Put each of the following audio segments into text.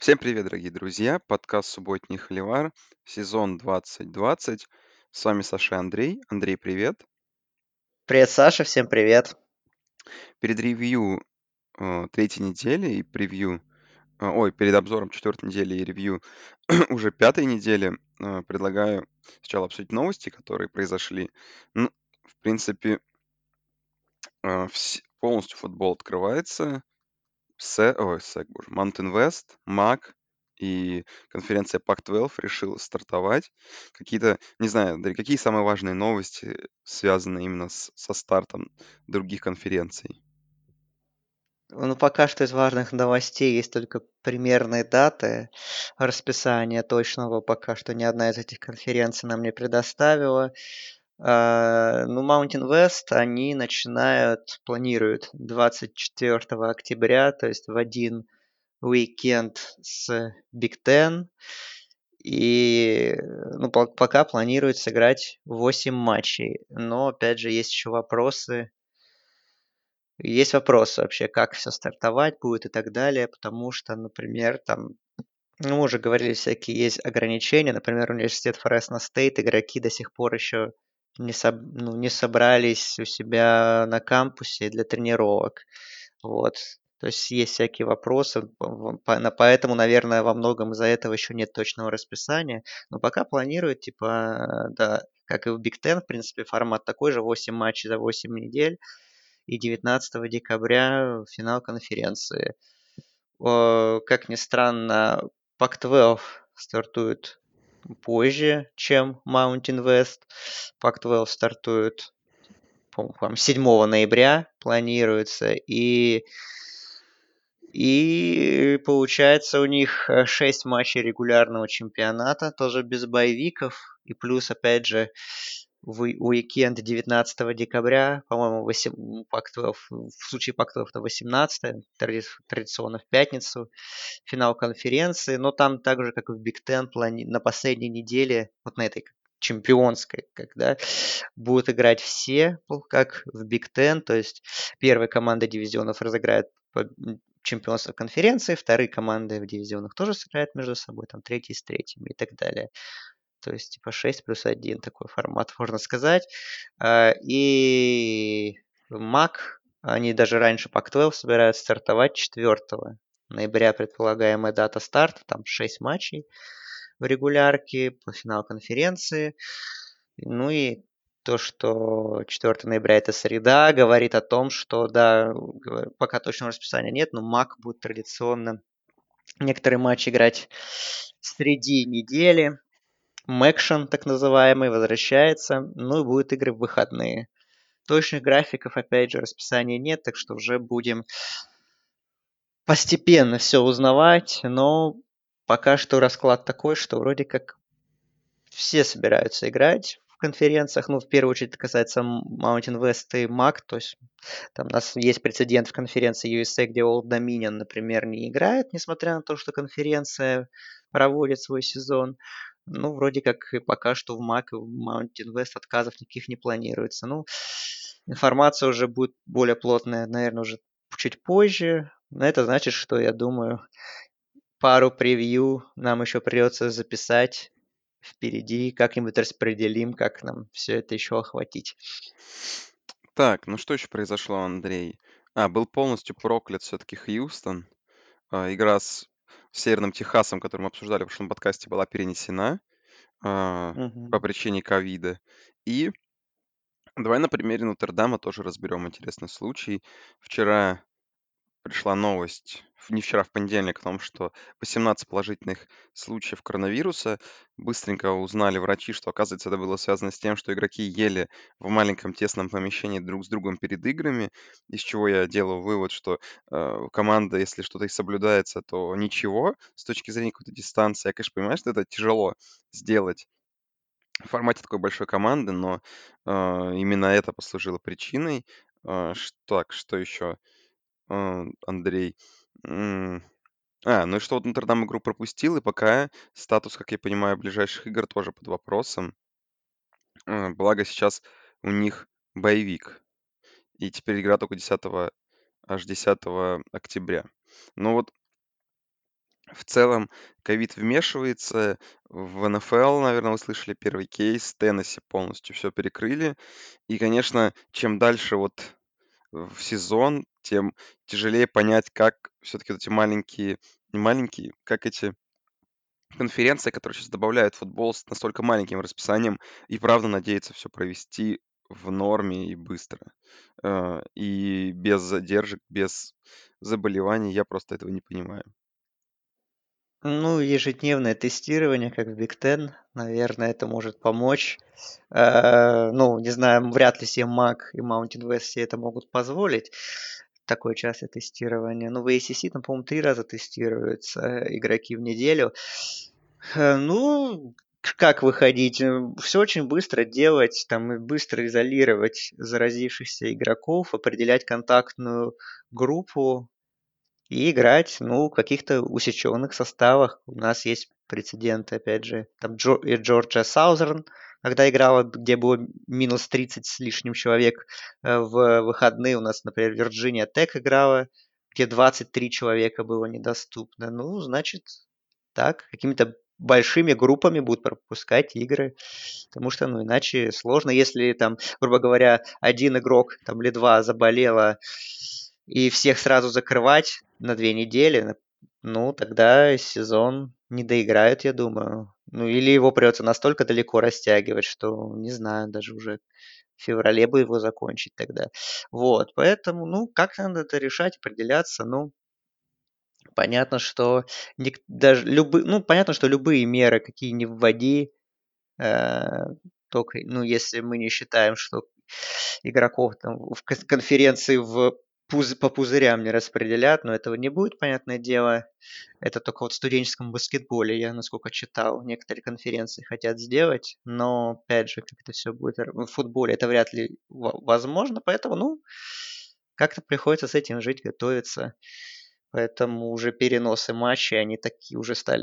Всем привет, дорогие друзья! Подкаст «Субботний холивар», сезон 2020. С вами Саша и Андрей. Андрей, привет! Привет, Саша, всем привет. Перед ревью третьей недели и перед обзором четвертой недели и ревью уже пятой недели предлагаю сначала обсудить новости, которые произошли. Ну, в принципе, полностью футбол открывается. Боже, Mountain West, МАК и конференция Pac-12 решила стартовать. Какие-то, не знаю, Андрей, какие самые важные новости связаны именно со стартом других конференций? Ну, пока что из важных новостей есть только примерные даты расписания точного. Пока что ни одна из этих конференций нам не предоставила. Ну, Mountain West, они планируют 24 октября, то есть в один уикенд с Big Ten. И ну, пока планируют сыграть 8 матчей. Но, опять же, есть вопросы вообще, как все стартовать будет и так далее, потому что, например, там, ну, мы уже говорили, всякие есть ограничения. Например, университет Фресно Стейт, игроки до сих пор еще не собрались у себя на кампусе для тренировок. Вот. То есть есть всякие вопросы, поэтому, наверное, во многом из-за этого еще нет точного расписания. Но пока планируют, типа, да, как и в Big Ten, в принципе, формат такой же, 8 матчей за 8 недель и 19 декабря финал конференции. Как ни странно, Pac-12 стартует позже, чем Mountain West. Pac-12 стартует, по-моему, 7 ноября планируется. И получается у них 6 матчей регулярного чемпионата, тоже без боевиков. И плюс, опять же, уикенд 19 декабря, по-моему, Pac-12, в случае Pac-12 это 18 традиционно в пятницу, финал конференции. Но там так же, как и в Big Ten, на последней неделе, вот на этой чемпионской, когда будут играть все, как в Big Ten, то есть первая команда дивизионов разыграет чемпионство конференции, вторые команды в дивизионах тоже сыграют между собой, там третий с третьим и так далее. То есть типа 6 плюс 1 такой формат, можно сказать. И МАК, они даже раньше Pac-12 собираются стартовать 4 ноября, предполагаемая дата старта, там 6 матчей в регулярке, по финал конференции. Ну и то, что 4 ноября это среда, говорит о том, что, да, пока точного расписания нет, но МАК будет традиционно некоторые матчи играть среди недели. Мэкшен, так называемый, возвращается, ну и будут игры в выходные. Точных графиков, опять же, расписания нет, так что уже будем постепенно все узнавать, но пока что расклад такой, что вроде как все собираются играть в конференциях. Ну, в первую очередь, это касается Mountain West и MAC. То есть там у нас есть прецедент в конференции USA, где Old Dominion, например, не играет, несмотря на то, что конференция проводит свой сезон. Ну, вроде как и пока что в MAC и в Mountain West отказов никаких не планируется. Ну, информация уже будет более плотная, наверное, уже чуть позже. Но это значит, что, я думаю, пару превью нам еще придется записать впереди, как-нибудь распределим, как нам все это еще охватить. Так, ну что еще произошло, Андрей? Был полностью проклят все-таки Хьюстон. Игра с Северным Техасом, которую мы обсуждали в прошлом подкасте, была перенесена а, по Мгм. причине ковида. И давай на примере Нотр-Дама тоже разберем интересный случай. Вчера пришла новость, не вчера, в понедельник, о том, что 18 положительных случаев коронавируса. Быстренько узнали врачи, что, оказывается, это было связано с тем, что игроки ели в маленьком тесном помещении друг с другом перед играми, из чего я делаю вывод, что команда, если что-то и соблюдается, то ничего с точки зрения какой-то дистанции. Я, конечно, понимаю, что это тяжело сделать в формате такой большой команды, но именно это послужило причиной. Так, что еще? Андрей. М, ну и что вот Нотр-Дам игру пропустил, и пока статус, как я понимаю, ближайших игр тоже под вопросом. Благо сейчас у них боевик, и теперь игра только аж 10 октября. Но вот В целом, ковид вмешивается. В НФЛ, наверное, вы слышали первый кейс. Теннесси полностью все перекрыли. И, конечно, чем дальше вот в сезон, тем тяжелее понять, как все-таки вот эти маленькие, не маленькие, как эти конференции, которые сейчас добавляют футбол с настолько маленьким расписанием, и правда надеяться все провести в норме и быстро. И без задержек, без заболеваний. Я просто этого не понимаю. Ну, ежедневное тестирование, как в Big Ten, наверное, это может помочь. Ну, не знаю, вряд ли себе Mac и Mountain West себе это могут позволить, такое частое тестирование. Ну, в ACC там, по-моему, 3 раза тестируются игроки в неделю. Ну, как выходить? Все очень быстро делать, там, и быстро изолировать заразившихся игроков, определять контактную группу, и играть, ну, в каких-то усеченных составах. У нас есть прецеденты, опять же, там Джорджия Саузерн, когда играла, где было минус 30 с лишним человек в выходные. У нас, например, Вирджиния Тек играла, где 23 человека было недоступно. Ну, значит, так, какими-то большими группами будут пропускать игры, потому что, ну, иначе сложно, если там, грубо говоря, один игрок там или два заболело и всех сразу закрывать на 2 недели, ну, тогда сезон не доиграют, я думаю. Ну, или его придется настолько далеко растягивать, что, не знаю, даже уже в феврале бы его закончить тогда. Вот, поэтому, ну, как надо это решать, определяться, ну, понятно, что даже ну, понятно, что любые меры, какие ни вводи, э, только, ну, если мы не считаем, что игроков там в конференции по пузырям не распределят, но этого не будет, понятное дело. Это только вот в студенческом баскетболе, я насколько читал, некоторые конференции хотят сделать, но, опять же, как это все будет в футболе, это вряд ли возможно, поэтому, ну, как-то приходится с этим жить, готовиться. Поэтому уже переносы матчей, они такие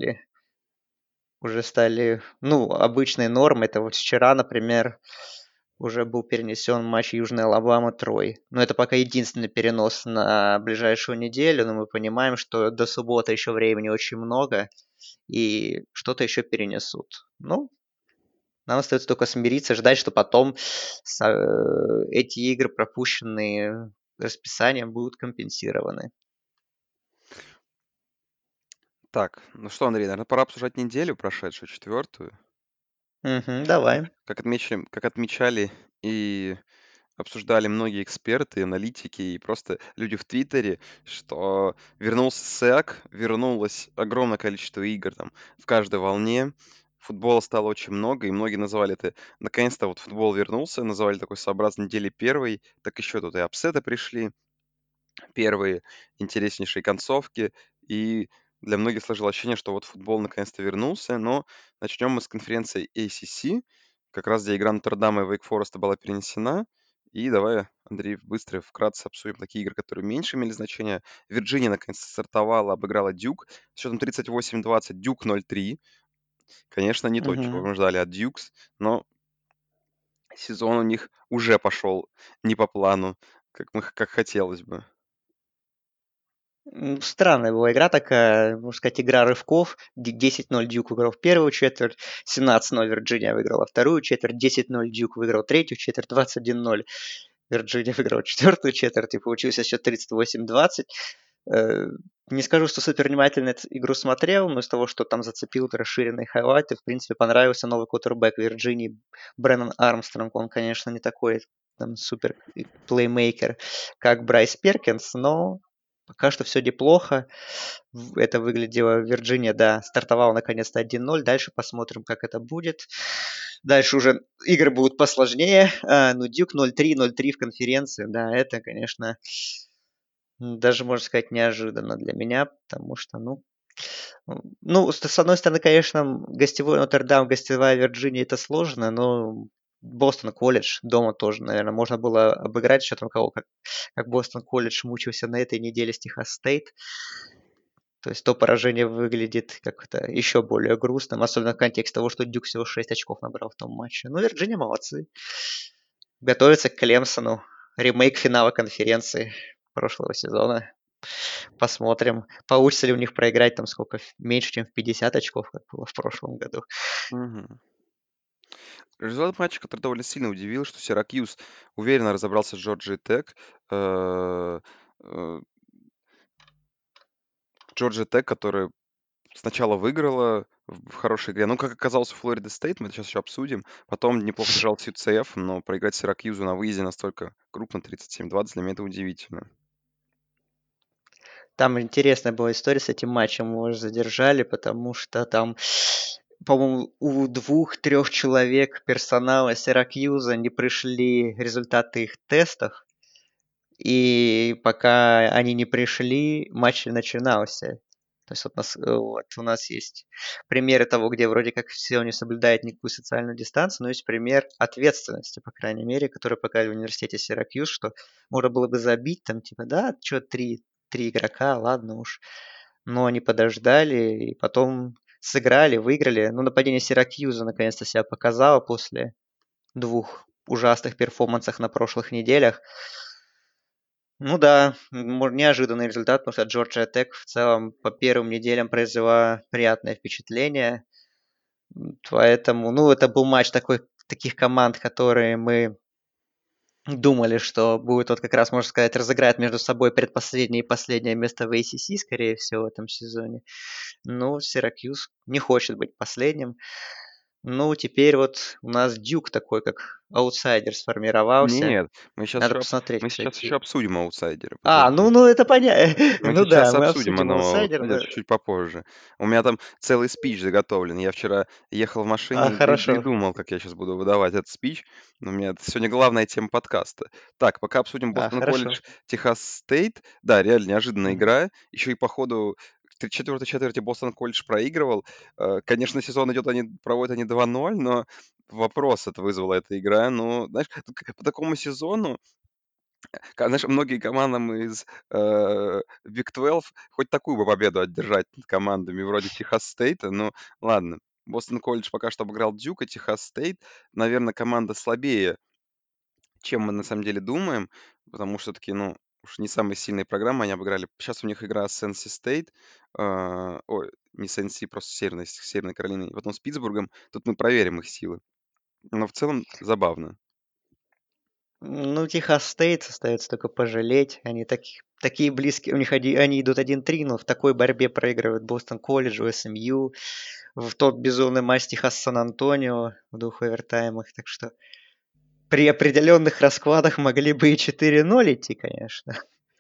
уже стали, ну, обычной нормой. Это вот вчера, например, уже был перенесен матч Южной Алабамы Трой. Но это пока единственный перенос на ближайшую неделю, но мы понимаем, что до субботы еще времени очень много, и что-то еще перенесут. Ну, нам остается только смириться, ждать, что потом эти игры, пропущенные расписанием, будут компенсированы. Так, ну что, Андрей, наверное, пора обсуждать неделю прошедшую, четвертую. Мгм, давай. Как отмечали и обсуждали многие эксперты, аналитики и просто люди в Твиттере, что вернулся СЭК, вернулось огромное количество игр там в каждой волне. Футбола стало очень много, и многие называли это, наконец-то вот футбол вернулся, называли такой сообразно недели первой. Так еще тут и апсеты пришли, первые интереснейшие концовки, и для многих сложилось ощущение, что вот футбол наконец-то вернулся, но начнем мы с конференции ACC, как раз где игра Нотр-Дама и Вейк Фореста была перенесена, и давай, Андрей, быстро, вкратце обсудим такие игры, которые меньше имели значения. Вирджиния наконец-то стартовала, обыграла Дюк с счетом 38-20, Дюк 0-3. Конечно, не то, чего Мгм. мы ждали от Дюкс, но сезон у них уже пошел не по плану, как хотелось бы. Странная была игра такая, можно сказать, игра рывков. 10-0 Дьюк выиграл в первую четверть, 17-0 Вирджиния выиграла вторую четверть, 10-0 Дьюк выиграл третью четверть, 21-0 Вирджиния выиграла четвертую четверть, и получился счет 38-20. Э, Не скажу, что супер внимательно эту игру смотрел, но из того, что там зацепил расширенные хайлайты, в принципе, понравился новый квотербек Вирджинии Бреннан Армстронг. Он, конечно, не такой там супер плеймейкер, как Брайс Перкинс, но пока что все неплохо. Это выглядело Вирджиния, да, стартовала наконец-то 1-0. Дальше посмотрим, как это будет. Дальше уже игры будут посложнее. Ну, Дюк 0-3, 0-3 в конференции. Да, это, конечно, даже, можно сказать, неожиданно для меня, потому что, ну, с одной стороны, конечно, гостевой Нотр-Дам, гостевая Вирджиния, это сложно, но Бостон колледж дома тоже, наверное, можно было обыграть счетом кого, как Бостон колледж мучился на этой неделе с Техас Стейт. То есть то поражение выглядит как-то еще более грустным, особенно в контексте того, что Дюк всего 6 очков набрал в том матче. Ну, Вирджиния молодцы. Готовятся к Клемсону. Ремейк финала конференции прошлого сезона. Посмотрим, получится ли у них проиграть там сколько, меньше, чем в 50 очков, как было в прошлом году. Мгм. Результат матча, который довольно сильно удивил, что Сиракьюз уверенно разобрался с Джорджией Тек. Э, э, Джорджия Тек, которая сначала выиграла в хорошей игре. Ну, как оказалось, у Флорида Стейт, мы это сейчас еще обсудим. Потом неплохо держал с UCF, но проиграть Сиракьюзу на выезде настолько крупно, 37-20, для меня это удивительно. Там интересная была история с этим матчем, его задержали, потому что там, по-моему, у 2-3 человек персонала Сиракьюза не пришли результаты их тестов, и пока они не пришли, матч не начинался. То есть вот у нас есть примеры того, где вроде как все не соблюдают никакую социальную дистанцию, но есть пример ответственности, по крайней мере, который показали в университете Сиракьюз, что можно было бы забить там, типа, да, что, три игрока, ладно уж. Но они подождали и потом сыграли, выиграли. Ну, нападение Сиракьюза наконец-то себя показало после двух ужасных перформансов на прошлых неделях. Ну да, неожиданный результат, потому что Джорджия Тек в целом по первым неделям произвела приятное впечатление. Поэтому, ну, это был матч таких команд, которые мы думали, что будет вот как раз, можно сказать, разыграть между собой предпоследнее и последнее место в ACC, скорее всего, в этом сезоне. Ну, Сиракьюз не хочет быть последним. Ну, теперь вот у нас Дюк такой, как аутсайдер сформировался. Нет, мы сейчас Надо еще, посмотреть, мы сейчас еще кстати. обсудим аутсайдеры, А, подожди. ну это понятно. Мы Ну да, сейчас мы обсудим обсудим одного аутсайдера, аутсайдера но... чуть-чуть попозже. У меня там целый спич заготовлен. Я вчера ехал в А, машине и хорошо. думал, как я сейчас буду выдавать этот спич. Но у меня это сегодня главная тема подкаста. Так, пока обсудим А, Бостон хорошо. колледж, Техас Стейт. Да, реально неожиданная Мгм. игра. Еще и по ходу четвертой четверти Бостон колледж проигрывал. Конечно, сезон идет, они проводят они 2-0, но вопрос это вызвала эта игра. Ну, знаешь, по такому сезону знаешь, многие командам из Big 12 хоть такую бы победу одержать над командами вроде Техас Стейта. Ну, ладно. Бостон Колледж пока что обыграл Дюк, и Техас Стейт, наверное, команда слабее, чем мы на самом деле думаем, потому что все-таки, ну, уж не самые сильные программы они обыграли. Сейчас у них игра с NC State, ой, не с NC, просто с Северной Каролиной, и потом с Питтсбургом. Тут мы проверим их силы. Но в целом забавно. Ну, Техас Стейт остается только пожалеть. Они такие близкие. У них они идут 1-3, но в такой борьбе проигрывают Бостон Колледжу, СМЮ. В тот безумный матч Техас Сан-Антонио в двух овертаймах. Так что при определенных раскладах могли бы и 4-0 идти, конечно.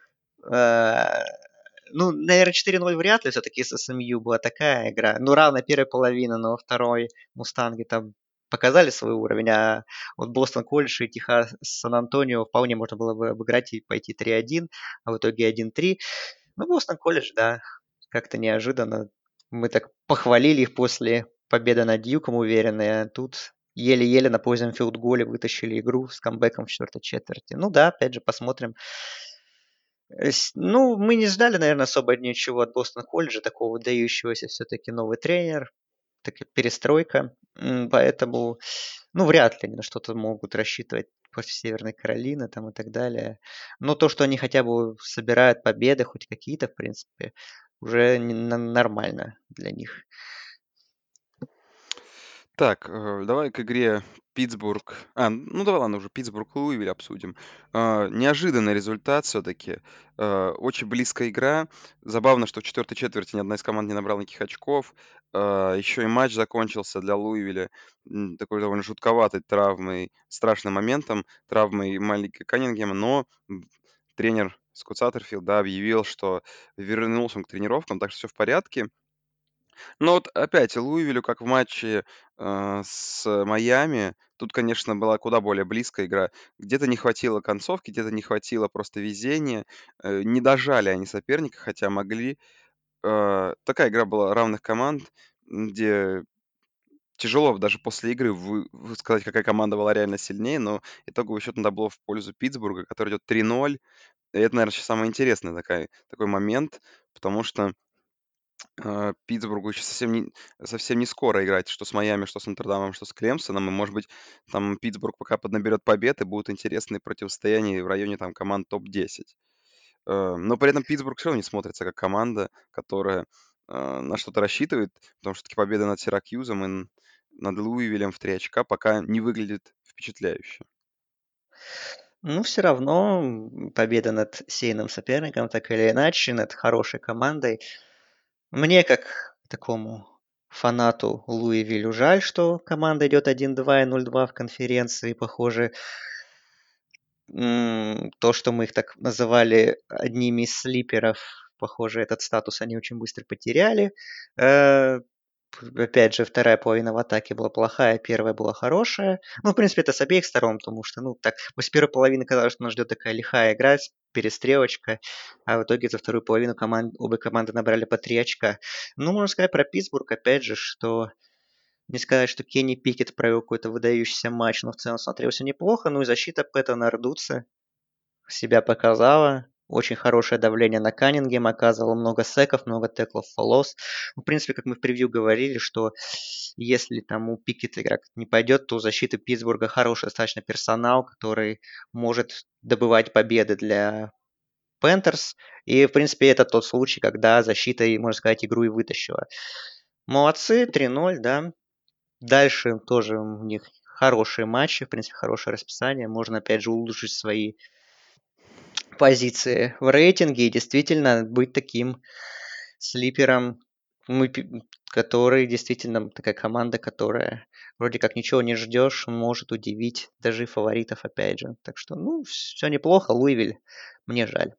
Э, Ну, наверное, 4-0 вряд ли. Все-таки с СМЮ была такая игра. Ну, равная первая половина, но во второй Мустанги там показали свой уровень, а вот Бостон Колледж и Техас Сан-Антонио вполне можно было бы обыграть и пойти 3-1, а в итоге 1-3. Ну, Бостон Колледж, да, как-то неожиданно. Мы так похвалили их после победы над Дьюком уверенные, а тут еле-еле на позднем филдголе вытащили игру с камбэком в четвертой четверти. Ну да, опять же, посмотрим. Ну, мы не ждали, наверное, особо ничего от Бостон Колледжа, такого выдающегося все-таки новый тренер, такая перестройка, поэтому, ну, вряд ли они на что-то могут рассчитывать против Северной Каролины там и так далее. Но то, что они хотя бы собирают победы, хоть какие-то, в принципе, уже нормально для них. Так, давай к игре Питтсбург. Ну давай, ладно, уже Питтсбург-Луивиль обсудим. Неожиданный результат все-таки. Очень близкая игра. Забавно, что в четвертой четверти ни одна из команд не набрала никаких очков. Еще и матч закончился для Луивиля такой довольно жутковатой травмой, страшным моментом, травмой Малика Каннингема, но тренер Скотт Саттерфилд, да, объявил, что вернулся он к тренировкам, так что все в порядке. Но вот опять Луивилю, как в матче, с Майами, тут, конечно, была куда более близкая игра. Где-то не хватило концовки, где-то не хватило просто везения. Не дожали они соперника, хотя могли. Такая игра была равных команд, где тяжело даже после игры сказать, какая команда была реально сильнее, но итоговый счет надо было в пользу Питтсбурга, который идет 3-0. И это, наверное, сейчас самый интересный такой момент, потому что Питтсбургу еще совсем не скоро играть, что с Майами, что с Нотр-Дамом, что с Клемсоном. И, может быть, там Питтсбург пока поднаберет побед, и будут интересные противостояния в районе там команд топ-10. Но при этом Питтсбург всё равно не смотрится как команда, которая, на что-то рассчитывает, потому что таки победа над Сиракьюзом и над Луивиллем в 3 очка пока не выглядит впечатляюще. Ну, все равно, победа над сильным соперником, так или иначе, над хорошей командой. Мне, как такому фанату Луивилю, жаль, что команда идет 1-2 и 0-2 в конференции. Похоже, то, что мы их так называли одними из слиперов, похоже, этот статус они очень быстро потеряли. Э, Опять же, вторая половина в атаке была плохая, первая была хорошая. Ну, в принципе, это с обеих сторон, потому что, ну, так, после первой половины казалось, что нас ждет такая лихая игра, перестрелочка, а в итоге за вторую половину обе команды набрали по 3 очка. Ну, можно сказать про Питтсбург, опять же, что не сказать, что Кенни Пикет провел какой-то выдающийся матч, но в целом смотрелся неплохо. Ну и защита Пэта Нардуца себя показала. Очень хорошее давление на Каннингема оказывало, много секов, много теклов фолос. Ну, в принципе, как мы в превью говорили, что если там у Пикета игрок не пойдет, то у защиты Питтсбурга хороший достаточно персонал, который может добывать победы для Пентерс. И, в принципе, это тот случай, когда защита, можно сказать, игру и вытащила. Молодцы, 3-0, да. Дальше тоже у них хорошие матчи, в принципе, хорошее расписание. Можно, опять же, улучшить свои позиции в рейтинге и действительно быть таким слипером, который действительно такая команда, которая вроде как ничего не ждешь, может удивить даже и фаворитов опять же. Так что, ну, все неплохо, Луивиль, мне жаль.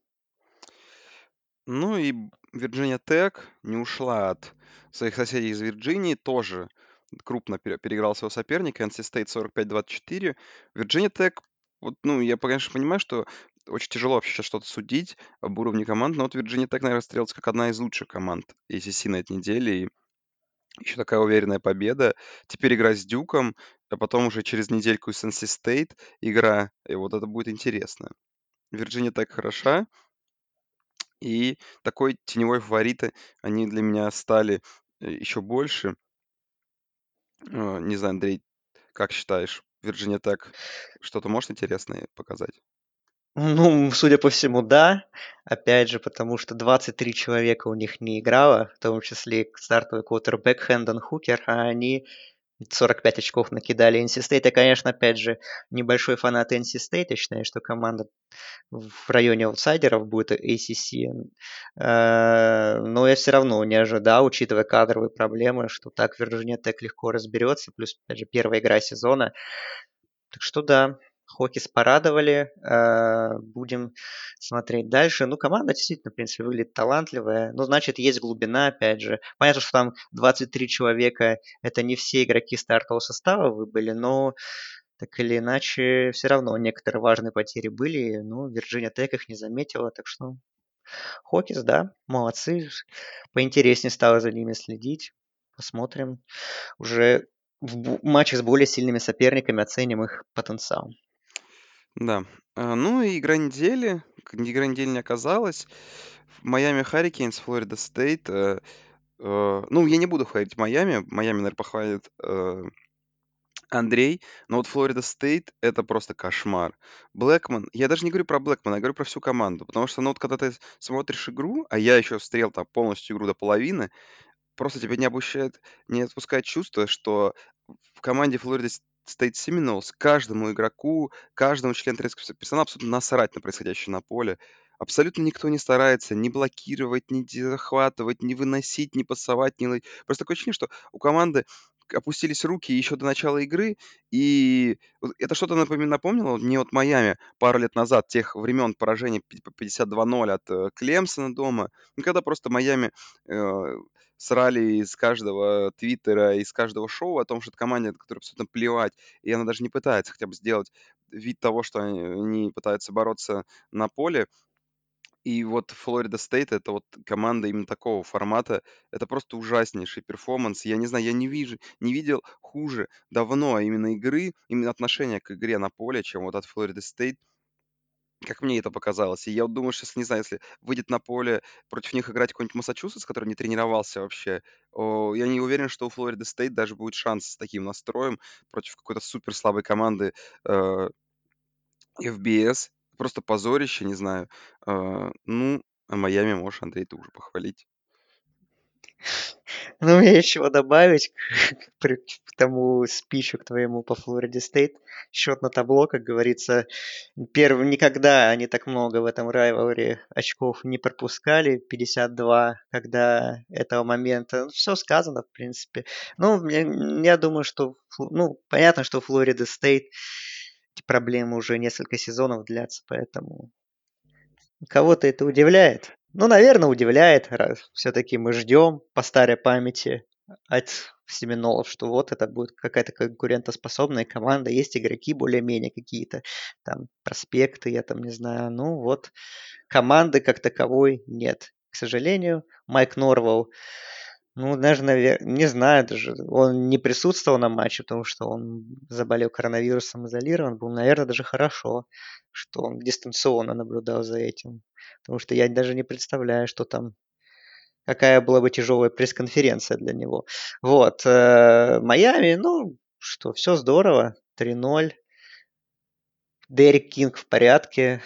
Ну и Вирджиния Тек не ушла от своих соседей из Вирджинии, тоже крупно переиграл своего соперника, NC State 45-24. Вирджиния Тек, вот, ну, я, конечно, понимаю, что очень тяжело вообще сейчас что-то судить об уровне команд, но вот Вирджиния Тек, наверное, стрелялась как одна из лучших команд ACC на этой неделе, и еще такая уверенная победа. Теперь игра с Дюком, а потом уже через недельку с NC State игра, и вот это будет интересно. Вирджиния Тек хороша, и такой теневой фавориты, они для меня стали, еще больше. Не знаю, Андрей, как считаешь, Virginia Tech что-то может интересное показать? Ну, судя по всему, да. Опять же, потому что 23 человека у них не играло, в том числе и стартовый квотербек Хэндон Хукер, а они 45 очков накидали NC State. Я, конечно, опять же, небольшой фанат NC State. Я считаю, что команда в районе аутсайдеров будет ACC. Но я все равно не ожидал, учитывая кадровые проблемы, что так Вирджиния так легко разберется. Плюс, опять же, первая игра сезона. Так что да, Хокис порадовали. Будем смотреть дальше. Ну, команда действительно, в принципе, выглядит талантливая. Ну, значит, есть глубина, опять же. Понятно, что там 23 человека, это не все игроки стартового состава выбыли, но так или иначе, все равно некоторые важные потери были. Ну, Вирджиния Тек их не заметила, так что Хокис, да, молодцы. Поинтереснее стало за ними следить. Посмотрим. Уже в матчах с более сильными соперниками оценим их потенциал. Да. Ну и игра недели. Игра недели не оказалась. Майами Харрикейнс, Флорида Стейт. Ну, я не буду хвалить Майами. Майами, наверное, похвалит Андрей. Но вот Флорида Стейт — это просто кошмар. Блэкман, я даже не говорю про Блэкмана, я говорю про всю команду. Потому что, ну, вот когда ты смотришь игру, а я еще встрел там полностью игру до половины, просто тебя не отпускает чувство, что в команде Florida State Seminoles каждому игроку, каждому члену тренерского персонала абсолютно насрать на происходящее на поле. Абсолютно никто не старается ни блокировать, ни захватывать, ни выносить, ни пасовать, ни ловить. Просто такое ощущение, что у команды опустились руки еще до начала игры, и вот это что-то напомнило мне вот Майами пару лет назад, тех времен поражения по 52-0 от Клемсона дома, ну, когда просто Майами э, срали из каждого твиттера, из каждого шоу о том, что это команда, которой абсолютно плевать, и она даже не пытается хотя бы сделать вид того, что они пытаются бороться на поле. И вот Флорида Стейт — это вот команда именно такого формата. Это просто ужаснейший перформанс. Я не знаю, я не видел хуже давно именно игры, именно отношения к игре на поле, чем вот от Флориды Стейт. Как мне это показалось. И я вот думаю, что если, не знаю, если выйдет на поле против них играть какой-нибудь Массачусетс, который не тренировался вообще, я не уверен, что у Флориды Стейт даже будет шанс с таким настроем против какой-то супер слабой команды э, FBS. просто позорище, не знаю. Ну, а Майами можешь, Андрей, ты уже похвалить. Ну, мне нечего добавить к тому спичу, к твоему по Флориде Стейт. Счет на табло, как говорится, первым никогда они так много в этом райвалре очков не пропускали. 52, когда этого момента. Все сказано, в принципе. Ну, я думаю, что... Ну, понятно, что у Флориды Стейт эти проблемы уже несколько сезонов длятся, поэтому кого-то это удивляет. Ну, наверное, удивляет, раз все-таки мы ждем по старой памяти от Семенолов, что вот это будет какая-то конкурентоспособная команда, есть игроки более-менее какие-то, там, проспекты, я там не знаю, ну вот, команды как таковой нет. К сожалению, Майк Норвелл, ну, даже, не знаю даже, он не присутствовал на матче, потому что он заболел коронавирусом, изолирован был. Наверное, даже хорошо, что он дистанционно наблюдал за этим. Потому что я даже не представляю, что там, какая была бы тяжелая пресс-конференция для него. Вот. Майами, ну, что, все здорово. 3-0. Дерек Кинг в порядке.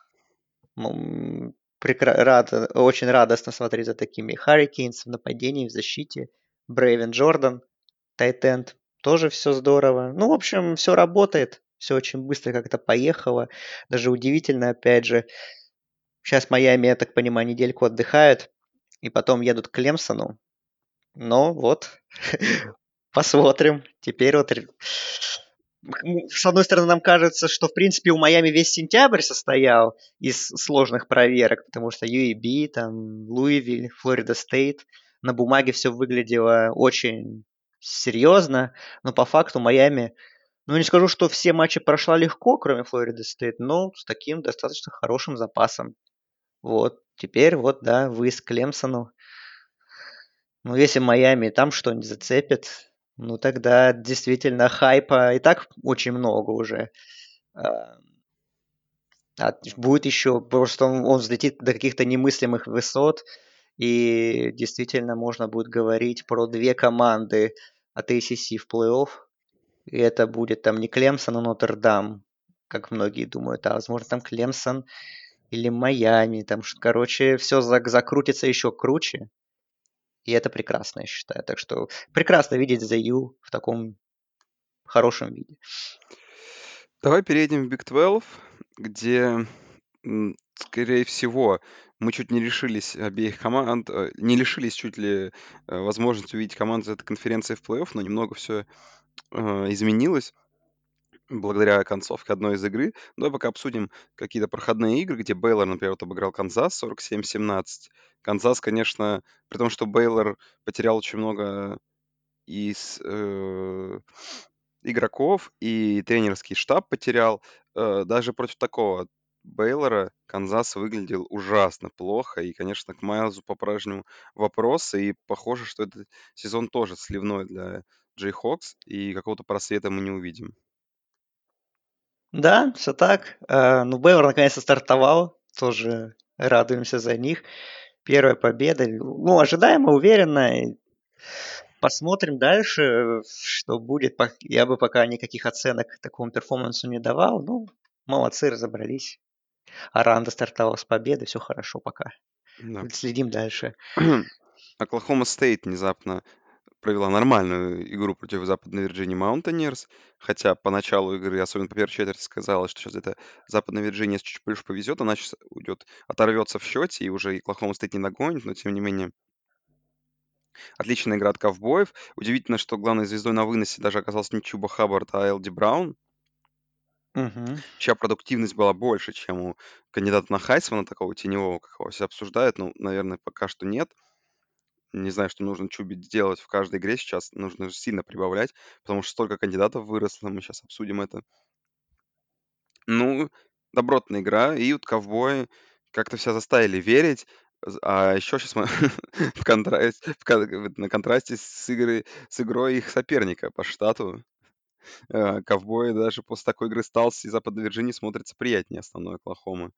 Очень радостно смотреть за такими Харрикейнс в нападении, в защите. Брейвен Джордан, Тайтенд, тоже все здорово. Ну, в общем, все работает, все очень быстро как-то поехало. Даже удивительно, опять же, сейчас Майами, я так понимаю, недельку отдыхают, и потом едут к Клемсону. Но вот, посмотрим. Теперь вот с одной стороны, нам кажется, что, в принципе, у Майами весь сентябрь состоял из сложных проверок, потому что UAB, там, Луивиль, Флорида Стейт, на бумаге все выглядело очень серьезно, но по факту Майами, ну, не скажу, что все матчи прошла легко, кроме Флориды Стейт, но с таким достаточно хорошим запасом. Вот, теперь вот, да, выезд к Клемсону. Ну, если Майами там что-нибудь зацепит, ну, тогда действительно хайпа и так очень много уже. А, будет еще, просто он взлетит до каких-то немыслимых высот, и действительно можно будет говорить про две команды от ACC в плей-офф. И это будет там не Клемсон, а Нотр-Дам, как многие думают, а возможно там Клемсон или Майами. Там, короче, все закрутится еще круче. И это прекрасно, я считаю. Так что прекрасно видеть ZU в таком хорошем виде. Давай перейдем в Big 12, где, скорее всего, мы чуть не лишились обеих команд, не лишились чуть ли возможности увидеть команду из этой конференции в плей-офф, но немного все изменилось благодаря концовке одной из игры. Давай пока обсудим какие-то проходные игры, где Бейлор, например, вот обыграл Канзас 47-17. Канзас, конечно, при том, что Бейлор потерял очень много из игроков, и тренерский штаб потерял. Даже против такого Бейлора Канзас выглядел ужасно плохо. И, конечно, к Майлзу по-прежнему вопросы. И похоже, что этот сезон тоже сливной для Джей Хокс, и какого-то просвета мы не увидим. Да, все так. Ну, Бейвер наконец-то стартовал. Тоже радуемся за них. Первая победа. Ну, ожидаемо, уверенно. И посмотрим дальше, что будет. Я бы пока никаких оценок такому перформансу не давал. Ну, молодцы, разобрались. Аранда стартовал с победы. Все хорошо пока. Да. Следим дальше. Оклахома Стейт внезапно провела нормальную игру против Западной Вирджинии Маунтинерс, хотя по началу игры, особенно по первой четверти, сказалось, что сейчас это Западная Вирджиния, если чуть больше повезет, она сейчас уйдет, оторвется в счете, и уже Оклахома Стейт не нагонит, но тем не менее отличная игра от ковбоев. Удивительно, что главной звездой на выносе даже оказался не Чуба Хаббард, а Элди Браун, Мгм. чья продуктивность была больше, чем у кандидата на Хайсмана, такого теневого, как его все обсуждают. Ну, наверное, пока что нет. Не знаю, что нужно Чуби делать в каждой игре сейчас. Нужно сильно прибавлять, потому что столько кандидатов выросло. Мы сейчас обсудим это. Ну, добротная игра. И вот ковбои как-то все заставили верить. А еще сейчас мы на контрасте с игрой их соперника по штату. Ковбои даже после такой игры Сталс и Западной Вирджинии смотрятся приятнее основной Оклахомы.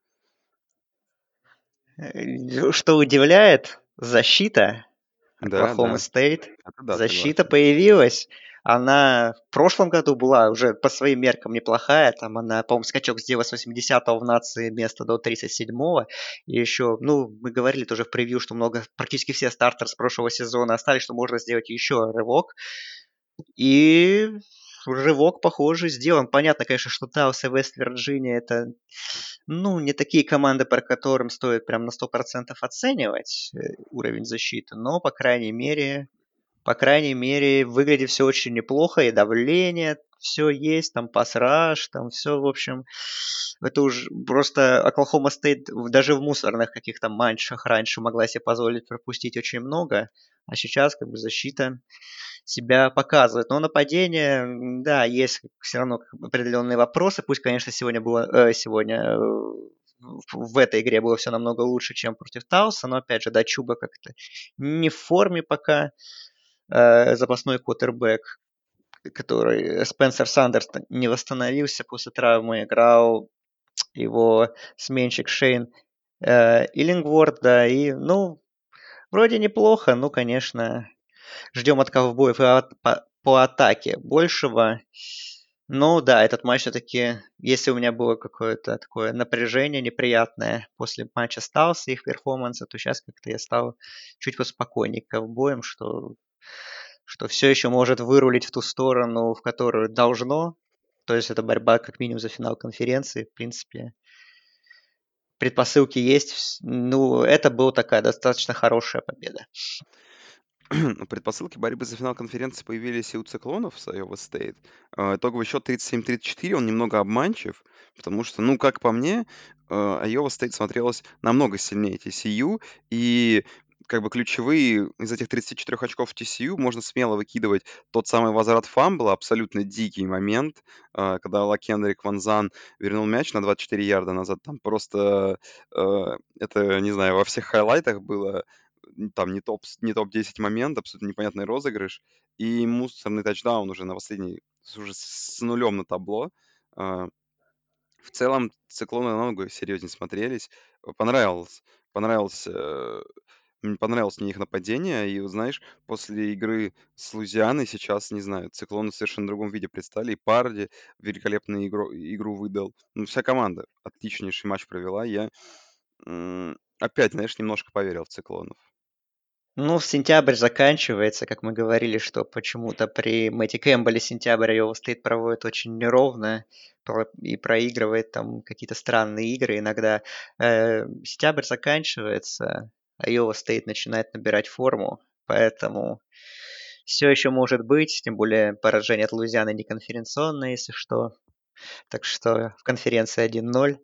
Что удивляет, защита Да, Оклахома да, Стейт. это да, Защита согласен. появилась. Она в прошлом году была уже по своим меркам неплохая. Там она, по-моему, скачок сделала с 80 в нации места до 37-го. И еще, ну, мы говорили тоже в превью, что много, практически все стартеры с прошлого сезона остались, что можно сделать еще рывок. И рывок, похоже, сделан. Понятно, конечно, что Таус и Вест-Вирджиния это, ну, не такие команды, по которым стоит прям на 100% оценивать уровень защиты, но, по крайней мере, выглядит все очень неплохо, и давление, все есть, там пасраж, там все, в общем, это уже просто Оклахома Стейт даже в мусорных каких-то матчах раньше могла себе позволить пропустить очень много, а сейчас как бы защита себя показывает. Но нападение, да, есть все равно определенные вопросы. Пусть, конечно, в этой игре было все намного лучше, чем против Тауса, но опять же, да, Чуба как-то не в форме пока. Запасной квотербек, который Спенсер Сандерс не восстановился после травмы, играл его сменщик Шейн Иллингворд, да, и, ну, вроде неплохо, ну, конечно, ждем от ковбоев и по атаке большего. Но да, этот матч все-таки, если у меня было какое-то такое напряжение неприятное после матча Сталса, их перформанса, то сейчас как-то я стал чуть поспокойнее к ковбоям, что все еще может вырулить в ту сторону, в которую должно. То есть это борьба как минимум за финал конференции. В принципе, предпосылки есть. Ну, это была такая достаточно хорошая победа. Ну, предпосылки борьбы за финал конференции появились и у циклонов с Iowa State. Итоговый счет 37-34, он немного обманчив, потому что, ну, как по мне, Iowa State смотрелась намного сильнее TCU, и как бы ключевые из этих 34 очков TCU можно смело выкидывать тот самый возврат фамбла, абсолютно дикий момент, когда Лакендрик Ванзан вернул мяч на 24 ярда назад. Там просто, это, не знаю, во всех хайлайтах было там не топ-10 момент, абсолютно непонятный розыгрыш, и мусорный тачдаун уже на последней, уже с нулем на табло. А, В целом, циклоны намного серьезнее смотрелись. Понравилось, понравился, мне понравилось мне их нападение, и, вот знаешь, после игры с Лузианой сейчас, не знаю, циклоны в совершенно другом виде предстали, и Парди великолепную игру выдал. Ну, вся команда отличнейший матч провела. Я опять, знаешь, немножко поверил в циклонов. Ну, сентябрь заканчивается, как мы говорили, что почему-то при Мэтти Кэмпбелле сентябрь Iowa State проводит очень неровно и проигрывает там какие-то странные игры иногда. Сентябрь заканчивается, а Iowa State начинает набирать форму, поэтому все еще может быть, тем более поражение от Луизианы не конференционное, если что. Так что в конференции 1-0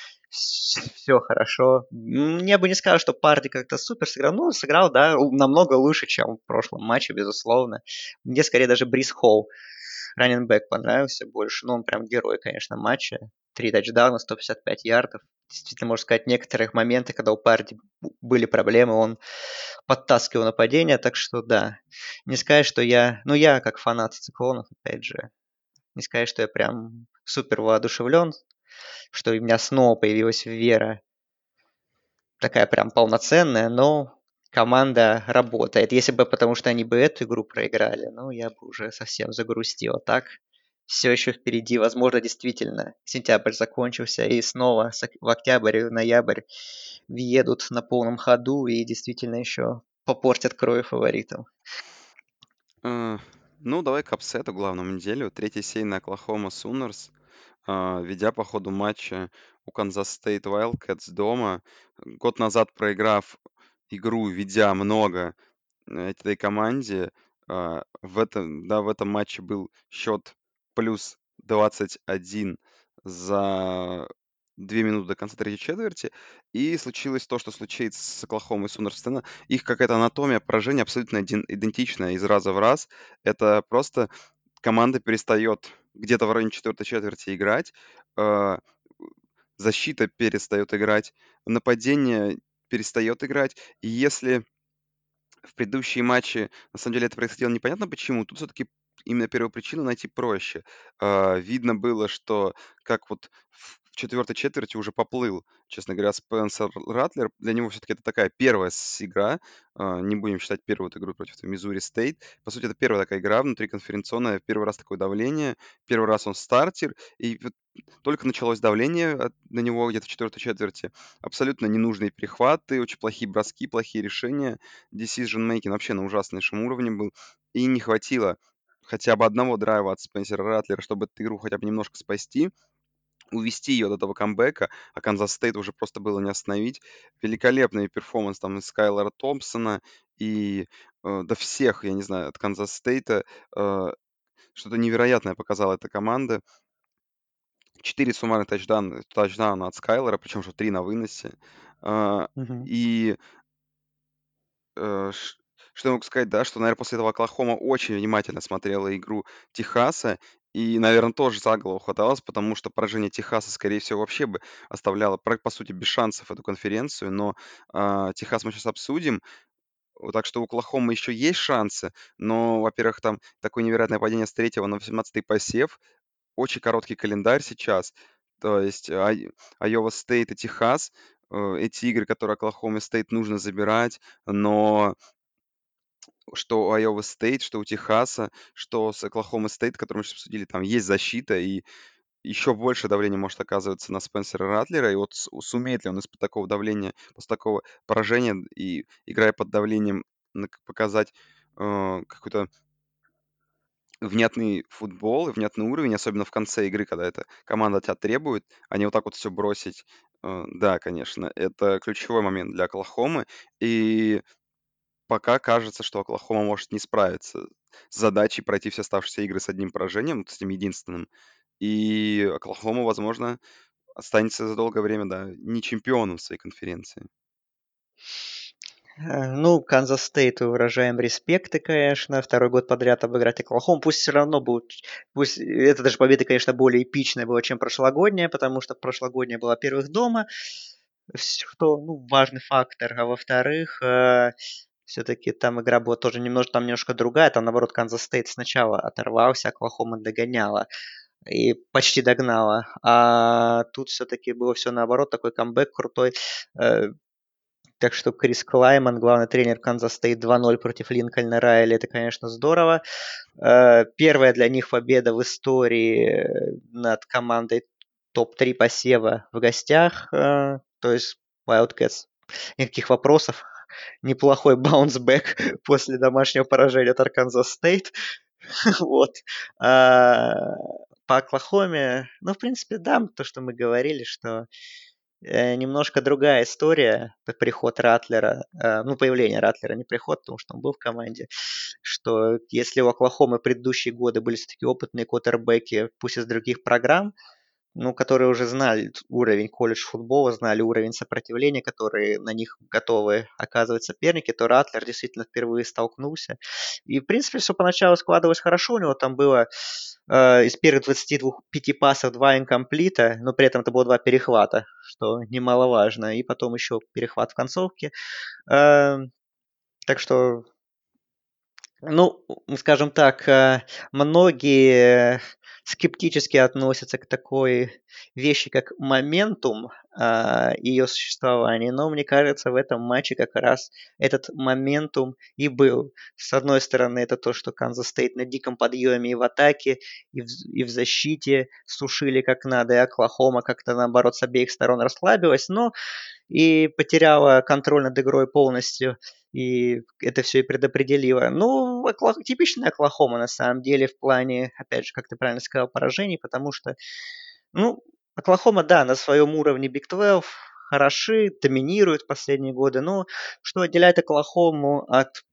все хорошо. Я бы не сказал, что Парди как-то супер сыграл. Ну, сыграл, да, намного лучше, чем в прошлом матче, безусловно. Мне скорее даже Брис Холл, раненбэк, понравился больше. Ну, он прям герой, конечно, матча. 3 тачдауна, 155 ярдов. Действительно, можно сказать, некоторых моменты, когда у Парди были проблемы, он подтаскивал нападение, так что да. Не сказать, что я... Ну, я как фанат циклонов, опять же, не сказать, что я прям супер воодушевлен, что у меня снова появилась вера такая прям полноценная, но команда работает. Если бы потому что они бы эту игру проиграли, ну, я бы уже совсем загрустил. Так, все еще впереди. Возможно, действительно, сентябрь закончился, и снова в октябрь и ноябрь въедут на полном ходу и действительно еще попортят кровь фаворитам. Э, Ну, давай к апсету главному неделю. Третий сей на Оклахома Сунерс, ведя по ходу матча у Канзас Стейт Wildcats дома. Год назад проиграв игру, ведя много этой команде, в этом матче был счет плюс 21 за 2 минуты до конца третьей четверти. И случилось то, что случится с Оклахомой Сунерстона. Их какая-то анатомия поражения абсолютно идентичная из раза в раз. Это просто команда перестает где-то в районе четвертой четверти играть, а, защита перестает играть, нападение перестает играть. И если в предыдущие матчи, на самом деле, это происходило непонятно почему. Тут все-таки именно первую причину найти проще. Видно было, что как вот в четвертой четверти уже поплыл, честно говоря, Спенсер Ратлер. Для него все-таки это такая первая игра, не будем считать первую вот игру против Миссури Стейт. По сути, это первая такая игра внутриконференционная, первый раз такое давление, первый раз он стартер, и вот только началось давление на него где-то в четвертой четверти. Абсолютно ненужные перехваты, очень плохие броски, плохие решения. Decision making вообще на ужаснейшем уровне был. И не хватило хотя бы одного драйва от Спенсера Ратлера, чтобы эту игру хотя бы немножко спасти, увести ее от этого камбэка, а Канзас Стейт уже просто было не остановить. Великолепный перформанс там из Скайлора Томпсона и до всех, я не знаю, от Канзас Стейта. Что-то невероятное показала эта команда. 4 суммарных тачдауна от Скайлора, причем что 3 на выносе. А, Мгм. И Э, ш что я могу сказать, да, что, наверное, после этого Оклахома очень внимательно смотрела игру Техаса и, наверное, тоже за голову хваталась, потому что поражение Техаса, скорее всего, вообще бы оставляло, по сути, без шансов эту конференцию. Но, Техас мы сейчас обсудим. Вот так что у Оклахомы еще есть шансы, но, во-первых, там такое невероятное падение с третьего на 18-й посев. Очень короткий календарь сейчас. То есть Айова Стейт и Техас, эти игры, которые Оклахоме Стейт нужно забирать, но что у Айовы Стейт, что у Техаса, что с Оклахома Стейт, который мы сейчас обсудили, там есть защита, и еще больше давление может оказываться на Спенсера Ратлера. И вот сумеет ли он из-под такого давления, после такого поражения и играя под давлением, показать какой-то внятный футбол и внятный уровень, особенно в конце игры, когда эта команда от тебя требует, а не вот так вот все бросить. Да, конечно, это ключевой момент для Оклахомы. И пока кажется, что Оклахома может не справиться с задачей пройти все оставшиеся игры с одним поражением, вот с этим единственным. И Оклахома, возможно, останется за долгое время, да, не чемпионом своей конференции. Ну, Канзас Стейту выражаем респекты, конечно. Второй год подряд обыграть Оклахому. Пусть все равно будет... Пусть эта даже победа, конечно, более эпичная была, чем прошлогодняя, потому что прошлогодняя была, во-первых, дома, что, ну, важный фактор. А во-вторых, все-таки там игра была тоже немножко другая. Там, наоборот, Канзас Стейт сначала оторвался, Оклахома догоняла и почти догнала. А тут все-таки было все наоборот, такой камбэк крутой. Э, Так что Крис Клайман, главный тренер Канзас Стейт, 2-0 против Линкольна Райли. Это, конечно, здорово. Первая для них победа в истории над командой топ-3 посева в гостях. То есть Wildcats. Никаких вопросов. Неплохой баунсбэк после домашнего поражения от Арканзас Стейт. Вот. А, По Оклахоме, ну, в принципе, да, то, что мы говорили, что немножко другая история, приход Ратлера, ну, появление Ратлера, не приход, потому что он был в команде, что если у Оклахомы предыдущие годы были все-таки опытные квотербеки, пусть из других программ, ну, которые уже знали уровень колледж-футбола, знали уровень сопротивления, которые на них готовы оказывать соперники, то Ратлер действительно впервые столкнулся. И, в принципе, все поначалу складывалось хорошо. У него там было из первых 25 пасов 2 инкомплита, но при этом это было 2 перехвата, что немаловажно. И потом еще перехват в концовке. Э, Так что ну, скажем так, многие скептически относятся к такой вещи, как моментум ее существования, но мне кажется, в этом матче как раз этот моментум и был. С одной стороны, это то, что Канзас Стейт на диком подъеме и в атаке, и в защите сушили как надо, и Оклахома как-то наоборот с обеих сторон расслабилась, но и потеряла контроль над игрой полностью, и это все и предопределило. Ну, типичная Оклахома на самом деле в плане, опять же, как ты правильно сказал, поражений, потому что, ну, Оклахома, да, на своем уровне Big 12 хороши, доминируют последние годы, но что отделяет Оклахому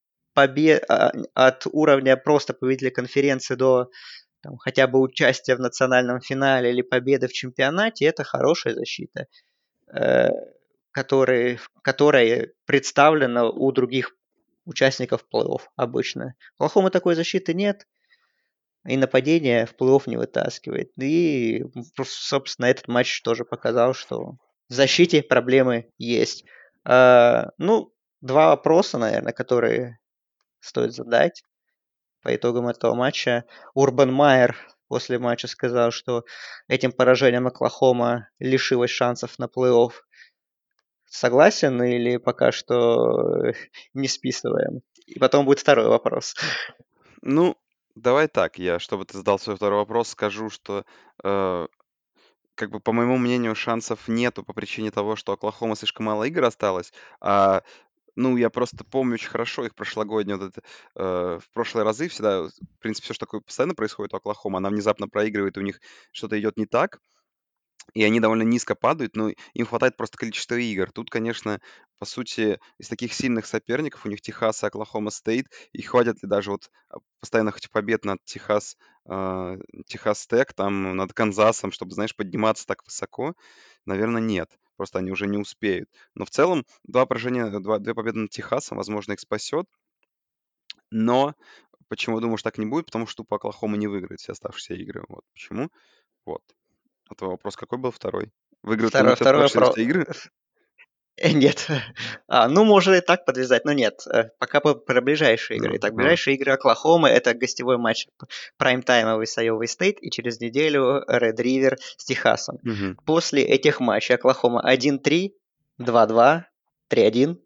от уровня просто победителя конференции до там, хотя бы участия в национальном финале или победы в чемпионате, это хорошая защита. Э, которая представлена у других участников плей-офф обычно. У Оклахомы такой защиты нет, и нападение в плей-офф не вытаскивает. И, собственно, этот матч тоже показал, что в защите проблемы есть. Ну, два вопроса, наверное, которые стоит задать по итогам этого матча. Урбан Майер после матча сказал, что этим поражением Оклахома лишилась шансов на плей-офф. Согласен или пока что не списываем? И потом будет второй вопрос. Ну, давай так, чтобы ты задал свой второй вопрос, скажу, что, э, как бы, по моему мнению, шансов нету по причине того, что Оклахома слишком мало игр осталось. А, ну, я просто помню очень хорошо их прошлогодние вот это, в прошлые разы всегда, в принципе, все, что такое постоянно происходит у Оклахомы, она внезапно проигрывает, у них что-то идет не так. И они довольно низко падают, но им хватает просто количества игр. Тут, конечно, по сути, из таких сильных соперников у них Техас и Оклахома Стейт. И хватит ли даже вот постоянных этих побед над Техас Тек, там над Канзасом, чтобы, знаешь, подниматься так высоко? Наверное, нет. Просто они уже не успеют. Но в целом две победы над Техасом, возможно, их спасет. Но почему я думаю, что так не будет? Потому что тупо Оклахома не выиграет все оставшиеся игры. Вот почему. Вот. А твой вопрос какой был второй? Выиграют ли они все Второй вопрос. оставшиеся игры? Нет. Ну, можно и так подвязать, но нет. Пока про ближайшие игры. Ну, Итак, давай. ближайшие игры Оклахомы– это гостевой матч прайм-таймовый с Айовой Стейт и через неделю Ред Ривер с Техасом. Мгм. После этих матчей Оклахома 1-3, 2-2, 3-1.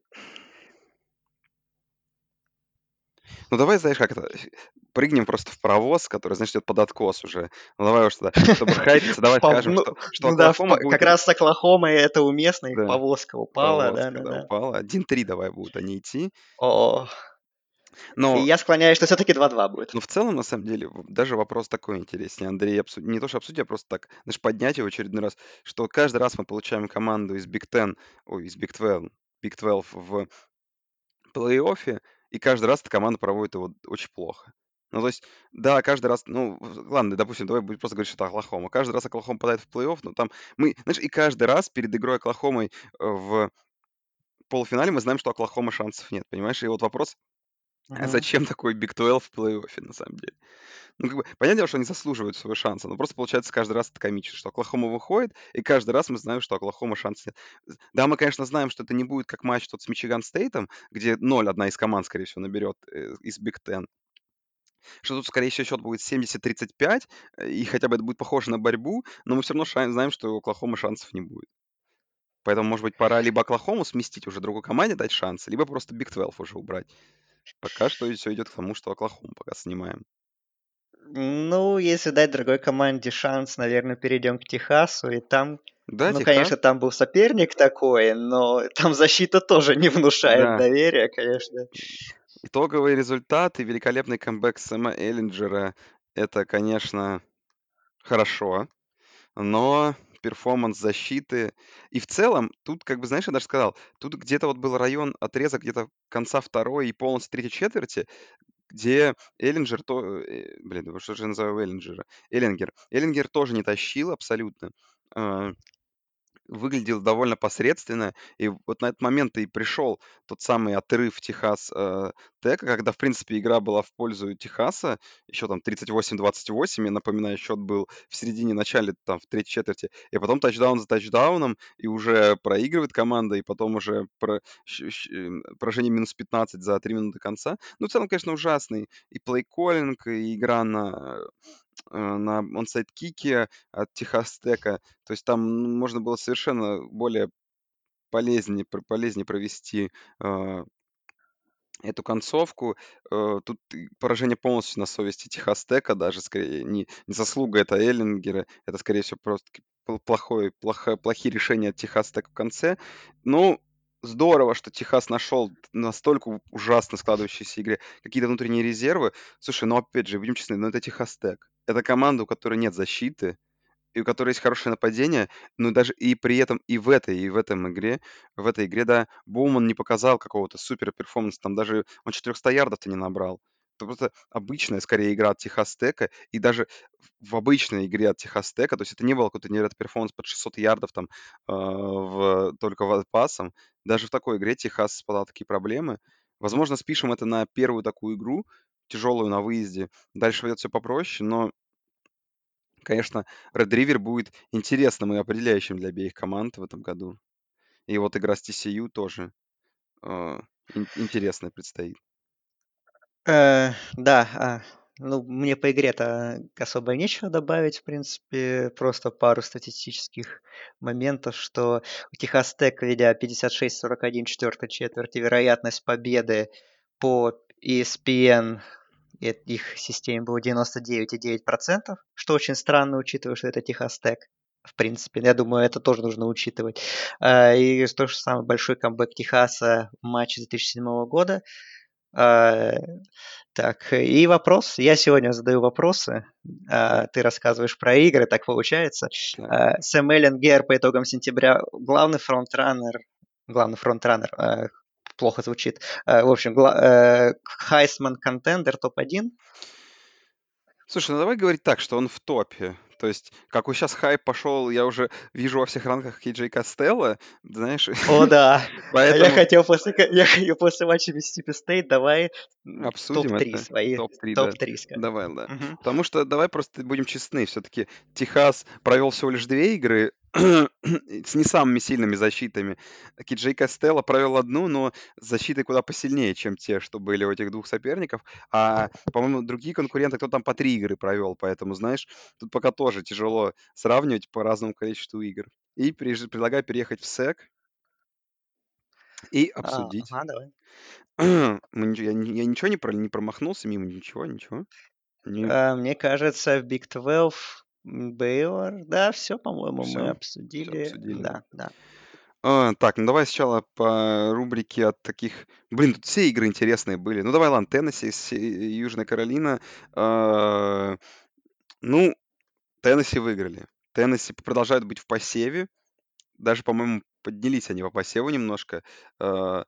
Ну, давай, знаешь, как это, прыгнем просто в паровоз, который, знаешь, идет под откос уже. Ну, давай уж тогда, чтобы хайпиться, давай скажем, Ну, что ну да, Оклахома будет, как раз с Оклахомой это уместно, их да, повозка упала, паровозка, да, да-да-да. упала. 1-3 давай будут они идти. О, и Но, я склоняюсь, что все-таки 2-2 будет. но в целом, на самом деле, даже вопрос такой интереснее. Андрей, не то что обсудить, а просто так, знаешь, поднять его в очередной раз, что каждый раз мы получаем команду из Big Ten, ой, из Big 12 в плей-оффе, и каждый раз эта команда проводит его очень плохо. Ну, то есть, да, каждый раз, ну, ладно, допустим, давай будем просто говорить, что это Оклахома. Каждый раз Оклахома попадает в плей-офф, но там мы, знаешь, и каждый раз перед игрой Оклахомой в полуфинале мы знаем, что Оклахома шансов нет, понимаешь? И вот вопрос, а Мгм. зачем такой Биг 12 в плей-оффе, на самом деле? Ну, как бы, понятное дело, что они заслуживают своего шанса, но просто получается каждый раз это комично, что Оклахома выходит, и каждый раз мы знаем, что Оклахома шанс нет. Да, мы, конечно, знаем, что это не будет как матч тот с Мичиган Стейтом, где 0 одна из команд, скорее всего, наберет из Биг Ten, что тут, скорее всего, счет будет 70-35, и хотя бы это будет похоже на борьбу, но мы все равно знаем, что у Оклахомы шансов не будет. Поэтому, может быть, пора либо Оклахому сместить уже другой команде, дать шансы, либо просто Биг 12 уже убрать. Пока что все идет к тому, что Оклахому пока снимаем. Ну, если дать другой команде шанс, наверное, перейдем к Техасу. И там, Да, ну, Техас, конечно, там был соперник такой, но там защита тоже не внушает да. доверия, конечно. Итоговый результат и великолепный камбэк Сэма Эллинджера — это, конечно, хорошо, но перформанс защиты и в целом тут, как бы, знаешь, я даже сказал, тут где-то вот был район, отрезок где-то конца второй и полностью третьей четверти, где блин, да что же я называю Эллинджера? Эллингер тоже не тащил абсолютно. А, выглядел довольно посредственно. И вот на этот момент и пришел тот самый отрыв Техас Тека, когда, в принципе, игра была в пользу Техаса. Еще там 38-28, я напоминаю, счет был в середине, начале, там, в третьей четверти. И потом тачдаун за тачдауном, и уже проигрывает команда, и потом уже поражение минус 15 за 3 минуты конца. Ну, в целом, конечно, ужасный и плей-коллинг, и игра на онсайд-кике от Техас Тека. То есть там можно было совершенно более полезнее провести а, эту концовку. Тут и поражение полностью на совести Техас Тека, даже скорее не заслуга это Эллингера, это, скорее всего, просто плохие решения от Техас Тека в конце. Ну, здорово, что Техас нашел настолько ужасно складывающейся игре какие-то внутренние резервы. Слушай, ну опять же, будем честны, ну это Техас Тек. Это команда, у которой нет защиты, и у которой есть хорошее нападение, но даже и при этом в этой игре, да, Боуман не показал какого-то супер перформанса, там даже он 400 ярдов-то не набрал. Это просто обычная, скорее, игра от Техас Тека, и даже в обычной игре от Техас Тека, то есть это не был какой-то невероятный перформанс под 600 ярдов там только пасом. Даже в такой игре Техас испытал такие проблемы. Возможно, спишем это на первую такую игру, тяжелую на выезде. Дальше пойдет все попроще, но конечно, Red River будет интересным и определяющим для обеих команд в этом году. И вот игра с TCU тоже интересная предстоит. Да, Ну, мне по игре-то особо нечего добавить, в принципе. Просто пару статистических моментов, что у Техас Тек, ведя 56-41 четвертой четверти, вероятность победы по ESPN их системе было 99,9%, что очень странно, учитывая, что это Техас Тек. В принципе, я думаю, это тоже нужно учитывать. И то же самое большой камбэк Техаса в матче 2007 года. А, Так, и вопрос. Я сегодня задаю вопросы, ты рассказываешь про игры, так получается. Так. Сэм Эллингер по итогам сентября главный фронтранер, плохо звучит. В общем, Хайсман контендер топ-1. Слушай, ну давай говорить так, что он в топе. То есть, как вот сейчас хайп пошел, я уже вижу во всех ранках Кейджей Костелло, знаешь, О, да. А я поэтому хотел после матча Миссисипи Стейт, давай в обсудим топ-3 это. свои, Топ-3, да. топ-3 скажем. Давай, да. Мгм. Потому что давай просто будем честны. Все-таки Техас провел всего лишь 2 игры с не самыми сильными защитами. Киджей Костелло провел одну, но с защитой куда посильнее, чем те, что были у этих двух соперников. А, по-моему, другие конкуренты, кто там по 3 игры провел. Поэтому, знаешь, тут пока тоже тяжело сравнивать по разному количеству игр. И предлагаю переехать в СЭК и обсудить. Ага, давай. Я ничего не промахнулся мимо, ничего, ничего. Не, Мне кажется, в Big 12 Бейлор, да, все, по-моему, мы все обсудили. обсудили, да. Да, да. Так, ну давай сначала по рубрике от таких... Блин, тут все игры интересные были. Ну давай, ладно, Теннесси, Южная Каролина. А, Ну, Теннесси выиграли. Теннесси продолжают быть в посеве. Даже, по-моему, поднялись они по посеву немножко. А,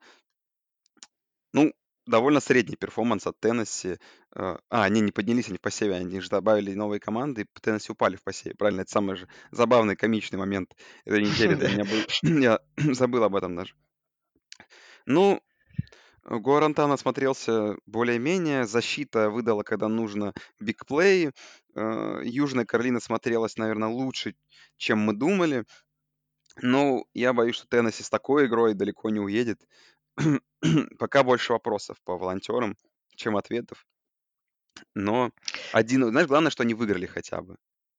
Ну, довольно средний перформанс от Теннесси. Не поднялись они в посеве, они же добавили новые команды, и Теннесси упали в посеве. Правильно, это самый же забавный, комичный момент этой недели. Для меня был... Я забыл об этом даже. Ну, Гуарантана смотрелся более-менее. Защита выдала, когда нужно, бигплей. Южная Каролина смотрелась, наверное, лучше, чем мы думали. Но я боюсь, что Теннесси с такой игрой далеко не уедет. Пока больше вопросов по волонтерам, чем ответов. Но знаешь, главное, что они выиграли хотя бы.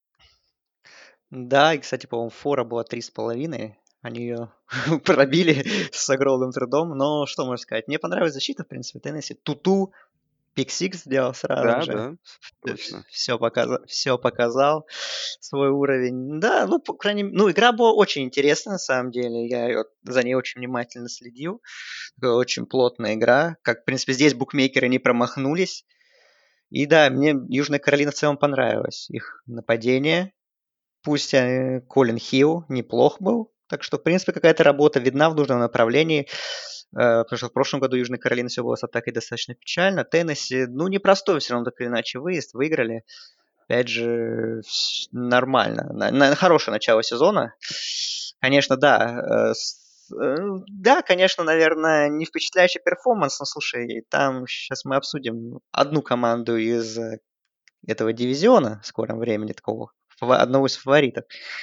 Да, и, кстати, по-моему, фора была 3,5. Они ее пробили с огромным трудом. Но что можно сказать? Мне понравилась защита, в принципе, Теннесси. Туту пик-сикс сделал сразу Да, же. да, точно. Все показал свой уровень. Да, ну, по крайней мере, ну, игра была очень интересная, на самом деле. За ней очень внимательно следил. Такая очень плотная игра. Как, в принципе, здесь букмекеры не промахнулись. И да, мне Южная Каролина в целом понравилась. Их нападение. Пусть Колин Хилл неплох был. Так что, в принципе, какая-то работа видна в нужном направлении. Потому что в прошлом году Южная Каролина все было с атакой достаточно печально. Теннесси, ну, непростой все равно так или иначе выезд. Выиграли. Опять же, нормально. Хорошее начало сезона. Конечно, да. Да, конечно, наверное, не впечатляющий перформанс, но слушай, там сейчас мы обсудим одну команду из этого дивизиона в скором времени, такого одного из фаворитов.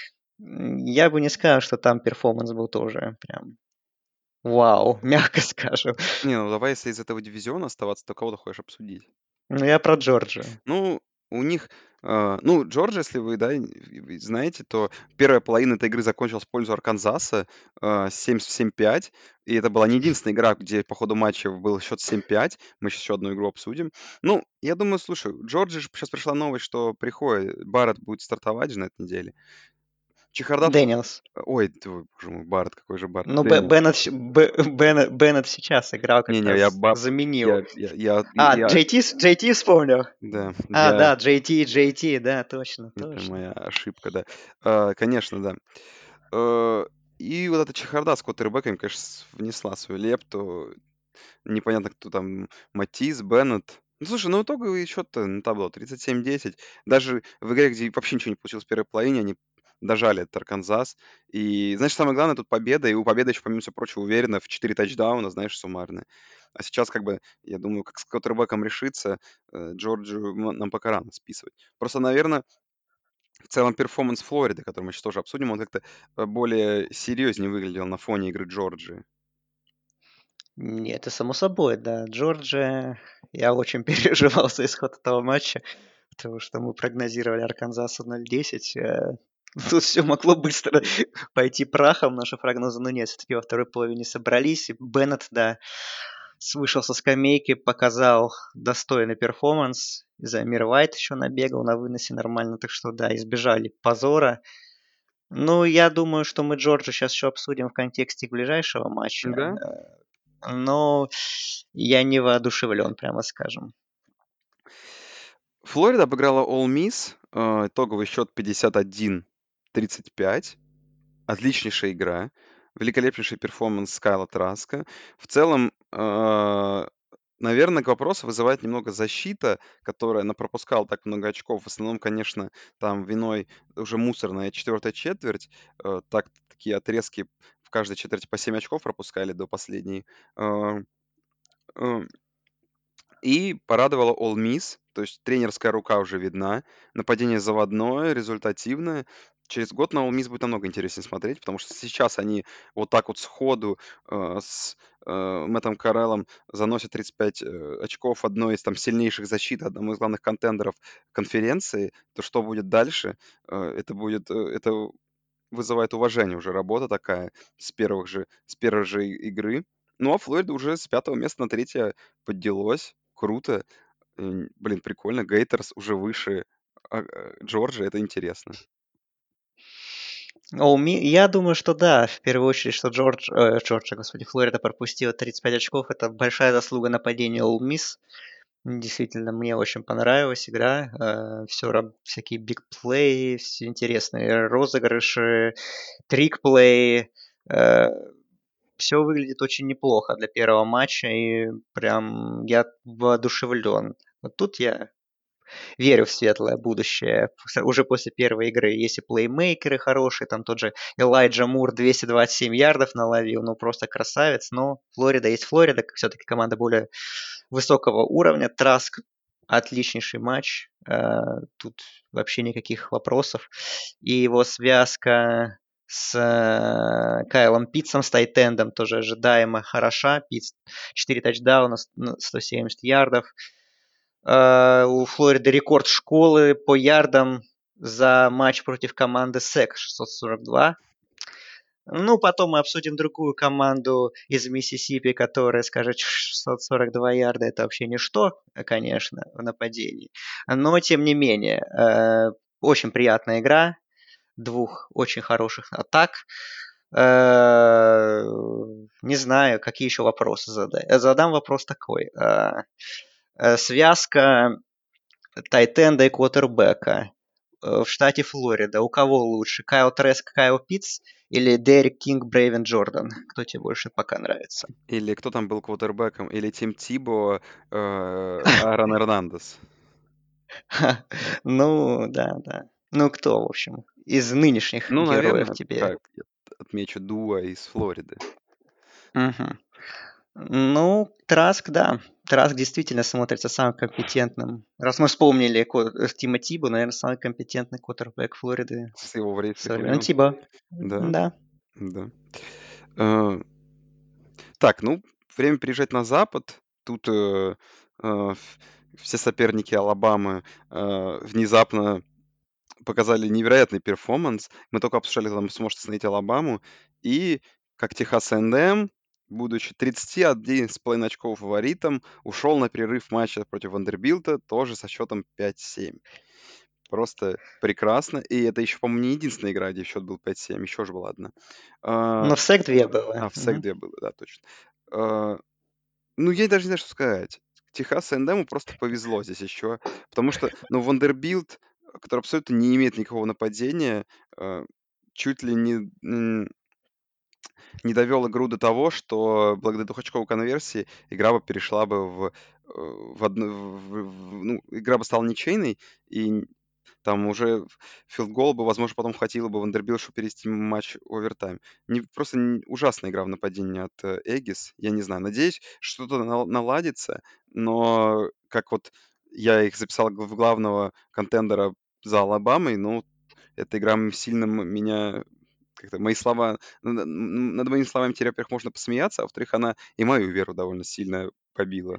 Я бы не сказал, что там перформанс был тоже прям вау, мягко скажем. Не, ну давай, если из этого дивизиона оставаться, то кого ты хочешь обсудить? Ну, я про Джорджию. Ну, у них, Джорджия, если вы, да, вы знаете, то первая половина этой игры закончилась в пользу Арканзаса, 7-5, и это была не единственная игра, где по ходу матча был счет 7-5. Мы сейчас еще одну игру обсудим. Ну, я думаю, слушай, у Джорджии сейчас пришла новость, что приходит, Барретт будет стартовать же на этой неделе. Чехарда... Дэниелс. Ой, боже мой, Барретт, какой же Барретт? Ну, Дэниел. Беннет сейчас играл, как Не-не, раз заменил. Джей Ти вспомнил? да, Да, Джей Ти, да, точно, это точно. моя ошибка, да. Конечно, да. Э, и вот эта чехарда с квотербеками, конечно, внесла свою лепту. Непонятно, кто там, Матис, Беннет. Ну, слушай, ну итоговый счет-то на табло 37-10. Даже в игре, где вообще ничего не получилось в первой половине, они дожали этот Арканзас. И, знаешь, самое главное, тут победа. И у победы еще, помимо всего прочего, уверенно в 4 тачдауна, знаешь, суммарно. А сейчас, как бы, я думаю, как с квотербеком решится, Джорджию нам пока рано списывать. Просто, наверное, в целом перформанс Флориды, который мы сейчас тоже обсудим, он как-то более серьезнее выглядел на фоне игры Джорджии. Нет, это само собой, да. Джорджия, я очень переживал за исход этого матча, потому что мы прогнозировали Арканзасу 0-10. Тут все могло быстро пойти прахом, наши прогнозы, но нет, все-таки во второй половине собрались. И Беннет, да, вышел со скамейки, показал достойный перформанс. Замир Вайт еще набегал на выносе нормально, так что да, избежали позора. Ну, я думаю, что мы Джорджа сейчас еще обсудим в контексте ближайшего матча. Да? Но я не воодушевлен, прямо скажем. Флорида обыграла Ole Miss. Итоговый счет 51-35. Отличнейшая игра. Великолепнейший перформанс Кайла Траска. В целом, наверное, к вопросу вызывает немного защита, которая пропускала так много очков. В основном, конечно, там виной уже мусорная четвертая четверть. Такие отрезки в каждой четверти по 7 очков пропускали до последней. Э, э, И порадовала All Miss, то есть тренерская рука уже видна, нападение заводное, результативное. Через год на All Miss будет намного интереснее смотреть, потому что сейчас они вот так вот сходу с Мэттом Кареллом заносят 35 очков одной из там сильнейших защит, одному из главных контендеров конференции. То что будет дальше? Это вызывает уважение уже работа такая с первой же игры. Ну, а Флорида уже с пятого места на третье поднялась. Круто. Блин, прикольно. Гейтерс уже выше Джорджа. Это интересно. Я думаю, что да, в первую очередь, что Джорджия, господи, Флорида пропустила 35 очков, это большая заслуга нападения Ole Miss. Действительно, мне очень понравилась игра. Всякие бигплеи, все интересные розыгрыши, трикплеи. Все выглядит очень неплохо для первого матча, и прям я воодушевлен. Вот тут я верю в светлое будущее уже после первой игры. Если плеймейкеры хорошие, там тот же Элайджа Мур 227 ярдов наловил, ну просто красавец. Но Флорида есть Флорида, все-таки команда более высокого уровня. Траск отличнейший матч. Тут вообще никаких вопросов. И его связка с Кайлом Питтсом, с тайтендом, тоже ожидаемо хороша. Питтс 4 тачдауна, 170 ярдов. У Флориды рекорд школы по ярдам за матч против команды СЭК 642. Ну, потом мы обсудим другую команду из Миссисипи, которая скажет 642 ярда. Это вообще ничто, конечно, в нападении. Но, тем не менее, очень приятная игра. Двух очень хороших атак. Не знаю, какие еще вопросы задать. Задам вопрос такой. Связка тайтенда и квотербека в штате Флорида. У кого лучше? Кайл Треск, Кайл Питтс или Дерек Кинг, Брейвен Джордан? Кто тебе больше пока нравится? Или кто там был квотербеком? Или Тим Тибо, Аарон Эрнандес? Ну, да, да. Ну, кто, в общем, из нынешних Ну, героев наверное, тебе? так, я отмечу дуо из Флориды. Мгм. Ну, Траск, да. Траск действительно смотрится самым компетентным. Раз мы вспомнили Тима Тибо, наверное, самый компетентный квотербек Флориды С со их времен времен. Тибо. Да, Да. да. Э, Так, ну, время переезжать на запад. Тут все соперники Алабамы внезапно показали невероятный перформанс. Мы только обсуждали, там сможет остановить Алабаму. И как Техас A&M, будучи 31,5 очков фаворитом, ушел на перерыв матча против Вандербилта тоже со счетом 5-7. Просто прекрасно. И это еще, по-моему, не единственная игра, где счет был 5-7. Еще же была одна. А, Но в СЭК 2 было. в SEC 2 было, да, точно. А, ну, я даже не знаю, что сказать. Техас A&M просто повезло здесь еще, потому что, ну, Вандербилт, который абсолютно не имеет никакого нападения, э, чуть ли не довел игру до того, что благодаря двухочковой конверсии игра бы перешла бы ну, игра бы стала ничейной, и там уже филдгол бы, возможно, потом хватило бы Вандербилт, чтобы перевести матч в овертайм. Ужасная игра в нападении от Эггис. Я не знаю. Надеюсь, что-то наладится, но как вот я их записал в главного контендера за Алабамой, ну, эта игра сильно меня как-то мои слова, над моими словами теперь, во-первых, можно посмеяться, а во-вторых, она и мою веру довольно сильно побила.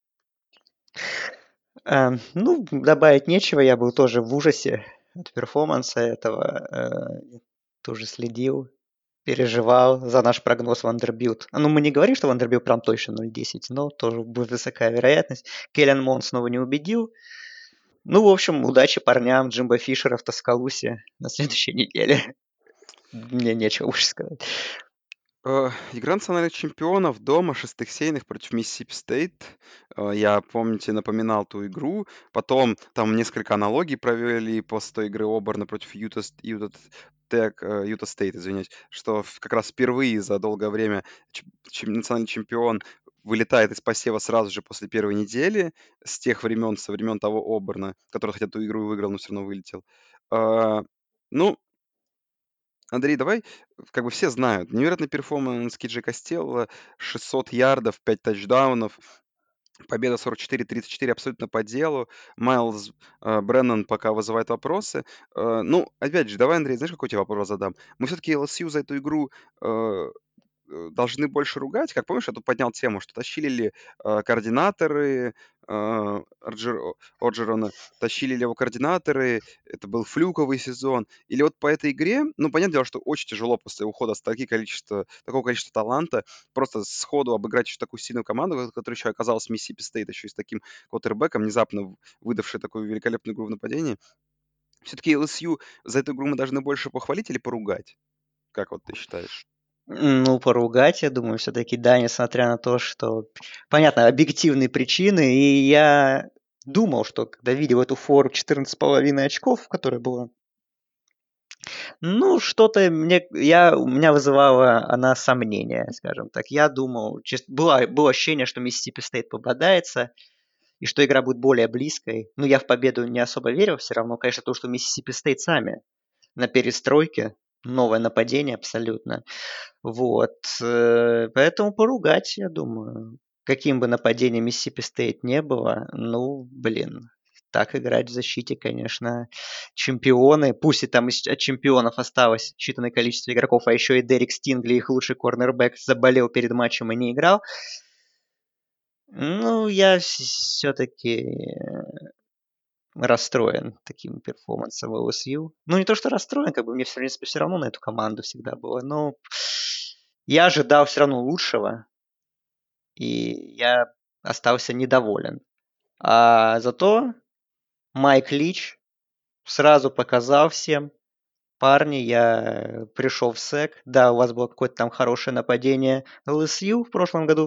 Ну, добавить нечего. Я был тоже в ужасе от перформанса этого. Тоже следил, переживал за наш прогноз Вандербилт. Ну, мы не говорим, что Вандербилт прям точно 0,10, но тоже будет высокая вероятность. Келлен Мон снова не убедил. Ну, в общем, удачи парням Джимбо Фишера в Тоскалусе на следующей неделе. Мне нечего больше сказать. Игра национальных чемпионов дома шестых сейных против Миссисипи Стейт. Я, помните, напоминал ту игру. Потом там несколько аналогий провели после той игры Оберна против Юта Стейт, извиняюсь, что как раз впервые за долгое время национальный чемпион вылетает из посева сразу же после первой недели, с тех времен, со времен того Оберна, который хотя ту игру и выиграл, но все равно вылетел. А, Ну, Андрей, давай, как бы все знают, невероятный перформанс Киджи Костелло, 600 ярдов, 5 тачдаунов, победа 44-34 абсолютно по делу. Майлз Бреннан пока вызывает вопросы. Ну, опять же, давай, Андрей, знаешь, какой тебе вопрос задам? Мы все-таки ЛСЮ за эту игру должны больше ругать. Как помнишь, я тут поднял тему, что тащили ли координаторы Орджерона, тащили ли его координаторы, это был флюковый сезон, или вот по этой игре, ну, понятное дело, что очень тяжело после ухода с такого количества таланта просто сходу обыграть еще такую сильную команду, которая еще оказалась Миссисипи Стейт, еще и с таким квотербеком, внезапно выдавший такую великолепную игру в нападении. Все-таки ЛСЮ за эту игру мы должны больше похвалить или поругать? Как вот ты считаешь? Ну, поругать, я думаю, все-таки да, несмотря на то, что, понятно, объективные причины. И я думал, что когда видел эту фору 14,5 очков, которая была, ну, что-то у меня вызывала она сомнения, скажем так. Я думал, было ощущение, что Миссисипи Стейт попадается, и что игра будет более близкой. Ну, я в победу не особо верил все равно, конечно, то, что Миссисипи Стейт сами на перестройке, новое нападение абсолютно. Вот, поэтому поругать, я думаю. Каким бы нападением Миссисипи Стейт не было, ну, блин, так играть в защите, конечно, чемпионы. Пусть и там от чемпионов осталось считанное количество игроков, а еще и Дерек Стингли, их лучший корнербэк, заболел перед матчем и не играл. Ну, я все-таки расстроен таким перформансом ЛСЮ. Ну, не то, что расстроен, как бы мне, в принципе, все равно на эту команду всегда было, но я ожидал все равно лучшего, и я остался недоволен. А зато Майк Лич сразу показал всем: парни, я пришел в СЭК, да, у вас было какое-то там хорошее нападение ЛСЮ в прошлом году,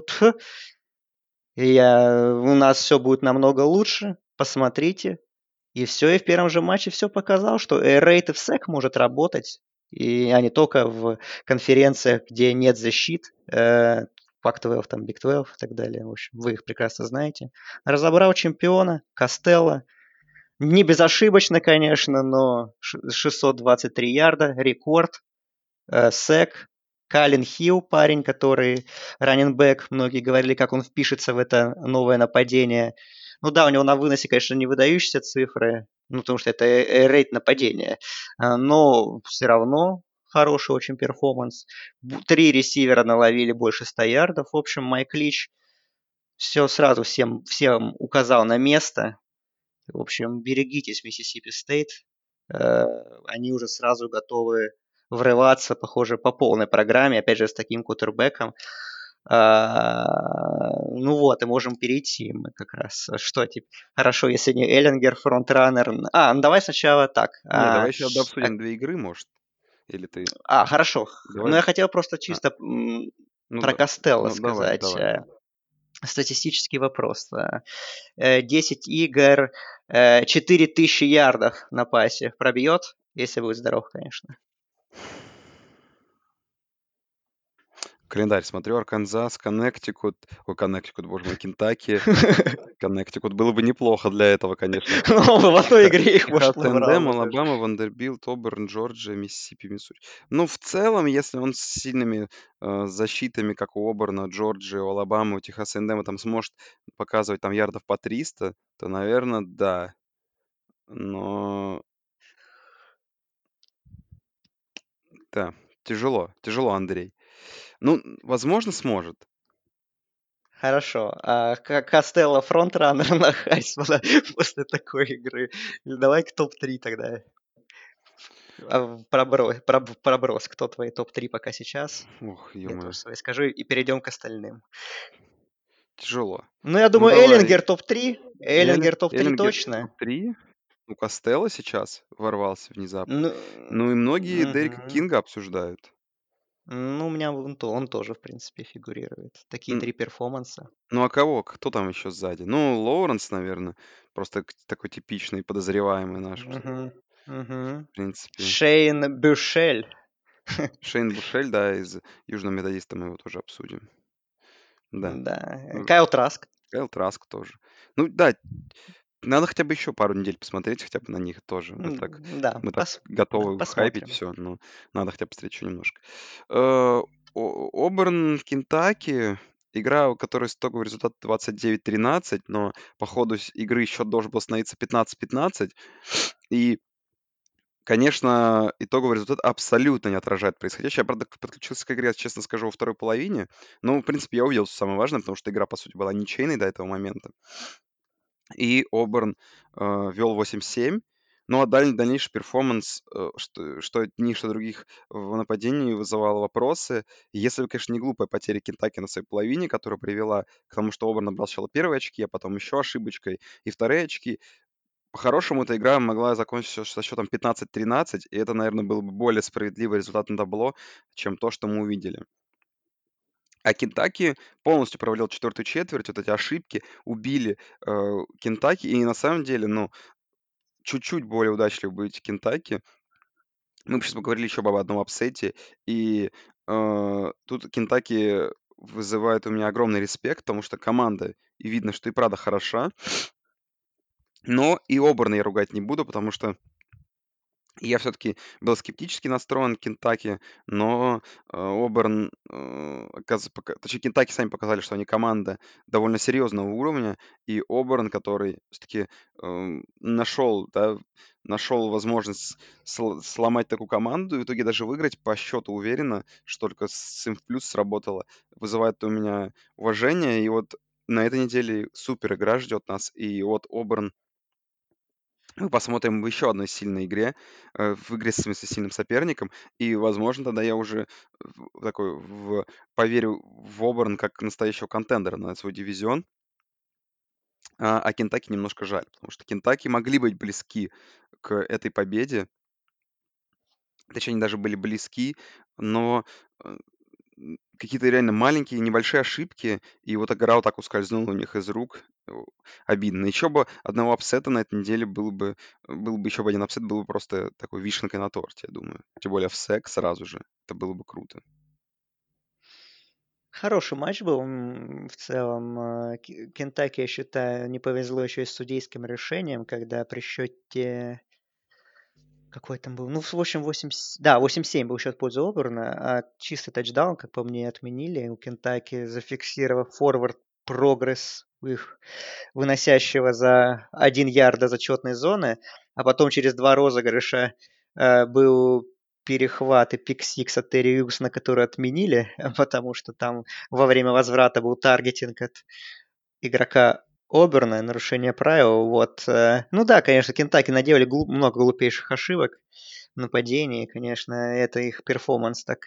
у нас все будет намного лучше, посмотрите. И все, и в первом же матче все показал, что Air и в СЭК может работать, а не только в конференциях, где нет защит, Pac-12, там, Big 12 и так далее. В общем, вы их прекрасно знаете. Разобрал чемпиона, Костелло. Не безошибочно, конечно, но 623 ярда, рекорд, сэк. Калин Хилл, парень, который раненбэк, многие говорили, как он впишется в это новое нападение. Ну да, у него на выносе, конечно, не выдающиеся цифры, ну, потому что это рейд нападения, но все равно хороший очень перформанс. 3 ресивера наловили больше 100 ярдов. В общем, Майк Лич все сразу всем указал на место. В общем, берегитесь, Миссисипи Стейт. Они уже сразу готовы врываться, похоже, по полной программе, опять же, с таким кутербэком. Ну вот, и можем перейти мы как раз. Что, типа, хорошо, если не Эллингер, фронтранер. Ну давай сначала так. Не, давай еще обсудим 2 игры, может. Или ты... Хорошо. Давай... Ну, я хотел просто а, чисто ну, про да, Костелло ну, давай, сказать. давай. Статистический вопрос. 10 игр, 4000 ярдов на пасе пробьет, если будет здоров, конечно. Календарь смотрю. Арканзас, Коннектикут, боже мой, Кентаки. Коннектикут. Было бы неплохо для этого, конечно. Ну, в одной Теха игре их, Техас может, набрал A&M, бы даже. Алабама, Вандербилт, Оберн, Джорджия, Миссисипи, Миссури. Ну, в целом, если он с сильными защитами, как у Оберна, Джорджии, у Алабамы, у Техас A&M, там сможет показывать там ярдов по 300, то, наверное, да. Но да. Тяжело, тяжело, Андрей. Ну, возможно, сможет. Хорошо. А Костелло фронтраннер на Хайсмана после такой игры? Или давай к топ-3 тогда. Проброс. Кто твои топ-3 пока сейчас? Ох, Я ё-моё, тоже свои скажу. И перейдем к остальным. тяжело. Ну, я Ну, думаю, давай. Эллингер топ-3. Эллингер топ-3 Эллингер точно. топ-3. Ну, Костелло сейчас ворвался внезапно. Ну, Ну и многие Дерека мгм. Кинга обсуждают. Ну, у меня он тоже, в принципе, фигурирует. Такие М, 3 перформанса. Ну а кого? Кто там еще сзади? Ну, Лоуренс, наверное. Просто такой типичный подозреваемый наш, Мгм. Мгм. в принципе. Шейн Бюшель. Шейн Бушель, да, из Южного методиста мы его тоже обсудим. Да. Да. М, Кайл Траск. Кайл Траск тоже. Ну да, надо хотя бы еще пару недель посмотреть, хотя бы на них тоже. Да, Мы так да, готовы хайпить посмотрим. все, но надо хотя бы посмотреть еще немножко. Оберн, Кентаки. Игра, у которой итоговый результат 29-13, но по ходу игры счет должен был становиться 15-15. И, конечно, итоговый результат абсолютно не отражает происходящее. Я, правда, подключился к игре, честно скажу, во второй половине. Но, в принципе, я увидел всё самое важное, потому что игра, по сути, была ничейной до этого момента. И Оберн вел 8-7. Ну, а дальнейший перформанс, что от них, что от других в нападении вызывало вопросы. Если бы, конечно, не глупая потеря Кентаки на своей половине, которая привела к тому, что Оберн набрал сначала первые очки, а потом еще ошибочкой и вторые очки. По-хорошему, эта игра могла закончиться со счетом 15-13, и это, наверное, был бы более справедливый результат на табло, чем то, что мы увидели. А Кентаки полностью провалил четвертую четверть. Вот эти ошибки убили Кентаки. И на самом деле, ну, чуть-чуть более удачливы быть Кентаки. Мы бы сейчас поговорили еще об одном апсете. И тут Кентаки вызывает у меня огромный респект, потому что команда, и видно, что и правда хороша. Но и Оберна я ругать не буду, потому что я все-таки был скептически настроен к Кентаки, но Оберн, точнее, Кентаки сами показали, что они команда довольно серьезного уровня, и Оберн, который все-таки нашел возможность сломать такую команду, и в итоге даже выиграть по счету уверенно, что только с им в плюс сработало, вызывает у меня уважение, и вот на этой неделе супер игра ждет нас, и вот Оберн мы посмотрим в еще одной сильной игре, в игре с, в смысле, сильным соперником, и, возможно, тогда я уже поверю в Оберн как настоящего контендера на свой дивизион, а Кентаки немножко жаль, потому что Кентаки могли быть близки к этой победе, точнее, они даже были близки, но э, какие-то реально маленькие, небольшие ошибки, и вот игра вот так ускользнула у них из рук. Обидно. Еще бы одного апсета на этой неделе был бы еще бы один апсет, был бы просто такой вишенкой на торте, я думаю. Тем более в СЭК сразу же. Это было бы круто. Хороший матч был в целом. Кентаки, я считаю, не повезло еще и с судейским решением, когда при счете... Какой там был? Ну, в общем, 8-7 был счет в пользу Оберна, а чистый тачдаун, как по мне, отменили. У Кентаки, зафиксировав форвард прогресс их выносящего за 1 ярд до зачетной зоны, а потом через 2 розыгрыша был перехват и пик-сикс от Терри Юксона, который отменили, потому что там во время возврата был таргетинг от игрока Оберна, нарушение правил. Вот. Ну да, конечно, Кентаки наделали много глупейших ошибок в нападении. Конечно, это их перформанс так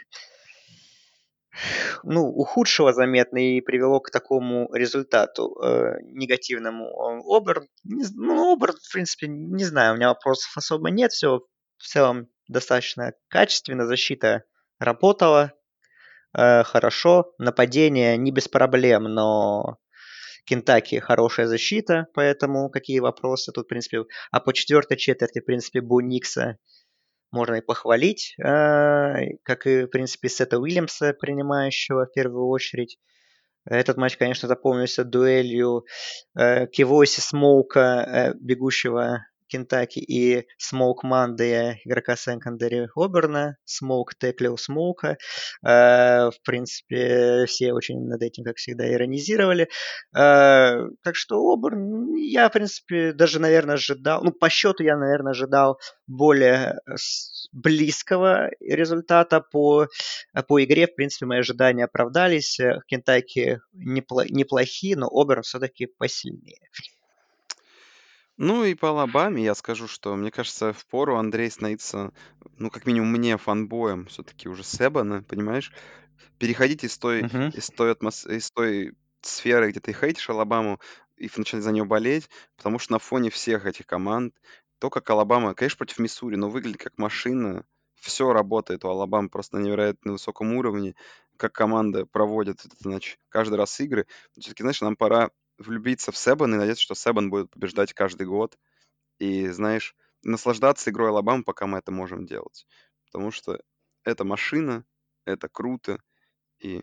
ну, ухудшило заметно и привело к такому результату негативному. Оберн, Оберн, в принципе, не знаю, у меня вопросов особо нет, все в целом достаточно качественно, защита работала хорошо, нападение не без проблем, но Кентаки хорошая защита, поэтому какие вопросы тут, в принципе, а по четвертой четверти, в принципе, Бу Никса можно и похвалить, как и, в принципе, Сета Уильямса, принимающего в первую очередь. Этот матч, конечно, запомнился дуэлью Кивоси Смоука, бегущего Кентаки и Смоук Мандея, игрока секондари Оберна, Смоук теклил Смоука. В принципе, все очень над этим, как всегда, иронизировали. Так что Оберн, я, в принципе, даже, наверное, ожидал, ну, по счету я, наверное, ожидал более близкого результата по игре. В принципе, мои ожидания оправдались. Кентаки неплохие, но Оберн все-таки посильнее. Ну и по Алабаме я скажу, что, мне кажется, впору Андрей становиться, ну, как минимум мне, фанбоем все-таки уже Себана, понимаешь? Переходить Мгм. из той сферы, где ты хейтишь Алабаму, и начать за нее болеть, потому что на фоне всех этих команд, то, как Алабама, конечно, против Миссури, но выглядит как машина, все работает у Алабамы просто на невероятно высоком уровне, как команда проводит, значит, каждый раз игры. Все-таки, знаешь, нам пора влюбиться в Себан и надеяться, что Себан будет побеждать каждый год. И, знаешь, наслаждаться игрой Алабамы, пока мы это можем делать. Потому что это машина, это круто, и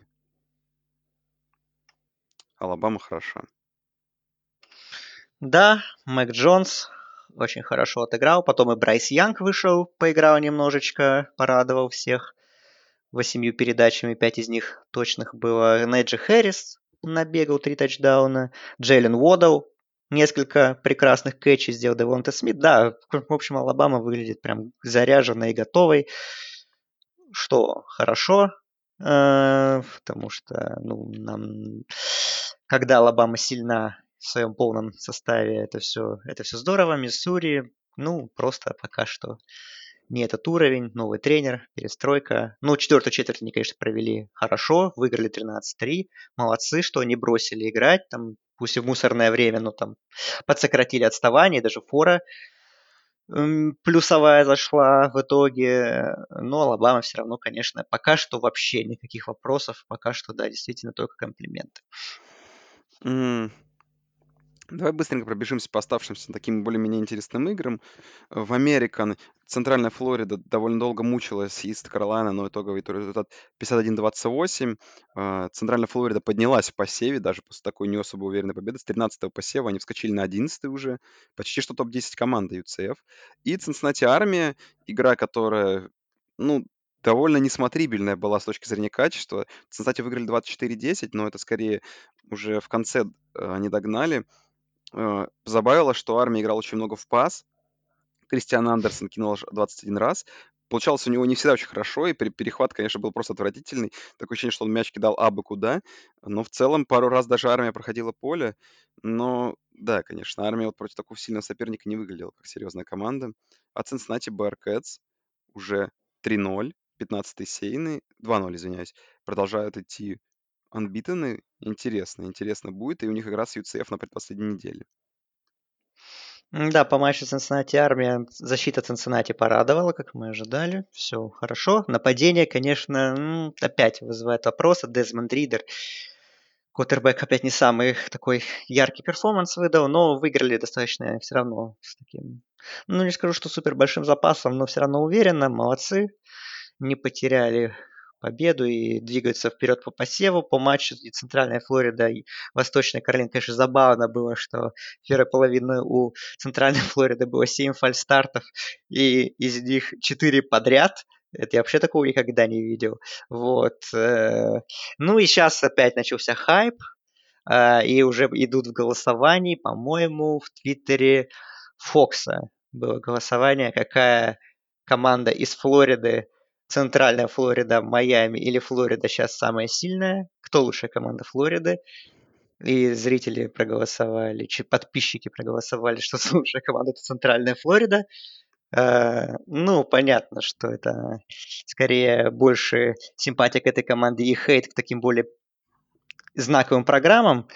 Алабама хороша. Да, Мэг Джонс очень хорошо отыграл. Потом и Брайс Янг вышел, поиграл немножечко, порадовал всех. 8 передачами, 5 из них точных было. Найджи Хэррис набегал 3 тачдауна. Джейлен Уодл несколько прекрасных кэтчей сделал. Девонте Смит. Да, в общем, Алабама выглядит прям заряженной и готовой, что хорошо, потому что, ну, нам, когда Алабама сильна в своем полном составе, это все здорово. Миссури, ну, просто пока что не этот уровень, новый тренер, перестройка. Ну, четвертую четверть они, конечно, провели хорошо, выиграли 13-3. Молодцы, что они бросили играть, там, пусть и в мусорное время, но там подсократили отставание, даже фора плюсовая зашла в итоге. Но Алабама все равно, конечно, пока что вообще никаких вопросов. Пока что, да, действительно только комплименты. М, Давай быстренько пробежимся по оставшимся таким более-менее интересным играм. В Американ Центральная Флорида довольно долго мучилась Ист Каролайна, но итоговый результат 51-28. Центральная Флорида поднялась в посеве, даже после такой не особо уверенной победы. С 13-го посева они вскочили на 11-й уже. Почти что топ-10 команда UCF. И Цинциннати Армия, игра, которая, ну, довольно несмотрибельная была с точки зрения качества. Цинциннати выиграли 24-10, но это скорее уже в конце они догнали. Забавило, что Армия играла очень много в пас. Кристиан Андерсон кинул аж 21 раз. Получалось у него не всегда очень хорошо, и перехват, конечно, был просто отвратительный. Такое ощущение, что он мяч кидал абы куда. Но в целом пару раз даже Армия проходила поле. Но да, конечно, Армия вот против такого сильного соперника не выглядела как серьезная команда. А Cincinnati Bearcats уже 3-0, 15-й сейный, 2-0, извиняюсь, продолжают идти unbeaten. Интересно будет. И у них игра с UCF на предпоследней неделе. Да, по матчу Цинциннати Армия защита Цинциннати порадовала, как мы ожидали. Все хорошо. Нападение, конечно, опять вызывает вопросы. Дезмонд Ридер, квотербек, опять не самый такой яркий перформанс выдал, но выиграли достаточно все равно с таким, ну, не скажу, что супер большим запасом, но все равно уверенно. Молодцы. Не потеряли победу и двигаются вперед по посеву. По матчу и Центральная Флорида, и Восточная Каролина, конечно, забавно было, что первой половины у Центральной Флориды было 7 фальстартов, и из них 4 подряд. Это я вообще такого никогда не видел. Вот. Ну и сейчас опять начался хайп, и уже идут в голосовании, по-моему, в Твиттере Фокса было голосование, какая команда из Флориды, Центральная Флорида, Майами или Флорида сейчас самая сильная, кто лучшая команда Флориды. И зрители проголосовали, подписчики проголосовали, что лучшая команда это Центральная Флорида. Ну, понятно, что это скорее больше симпатия к этой команде и хейт к таким более знаковым программам.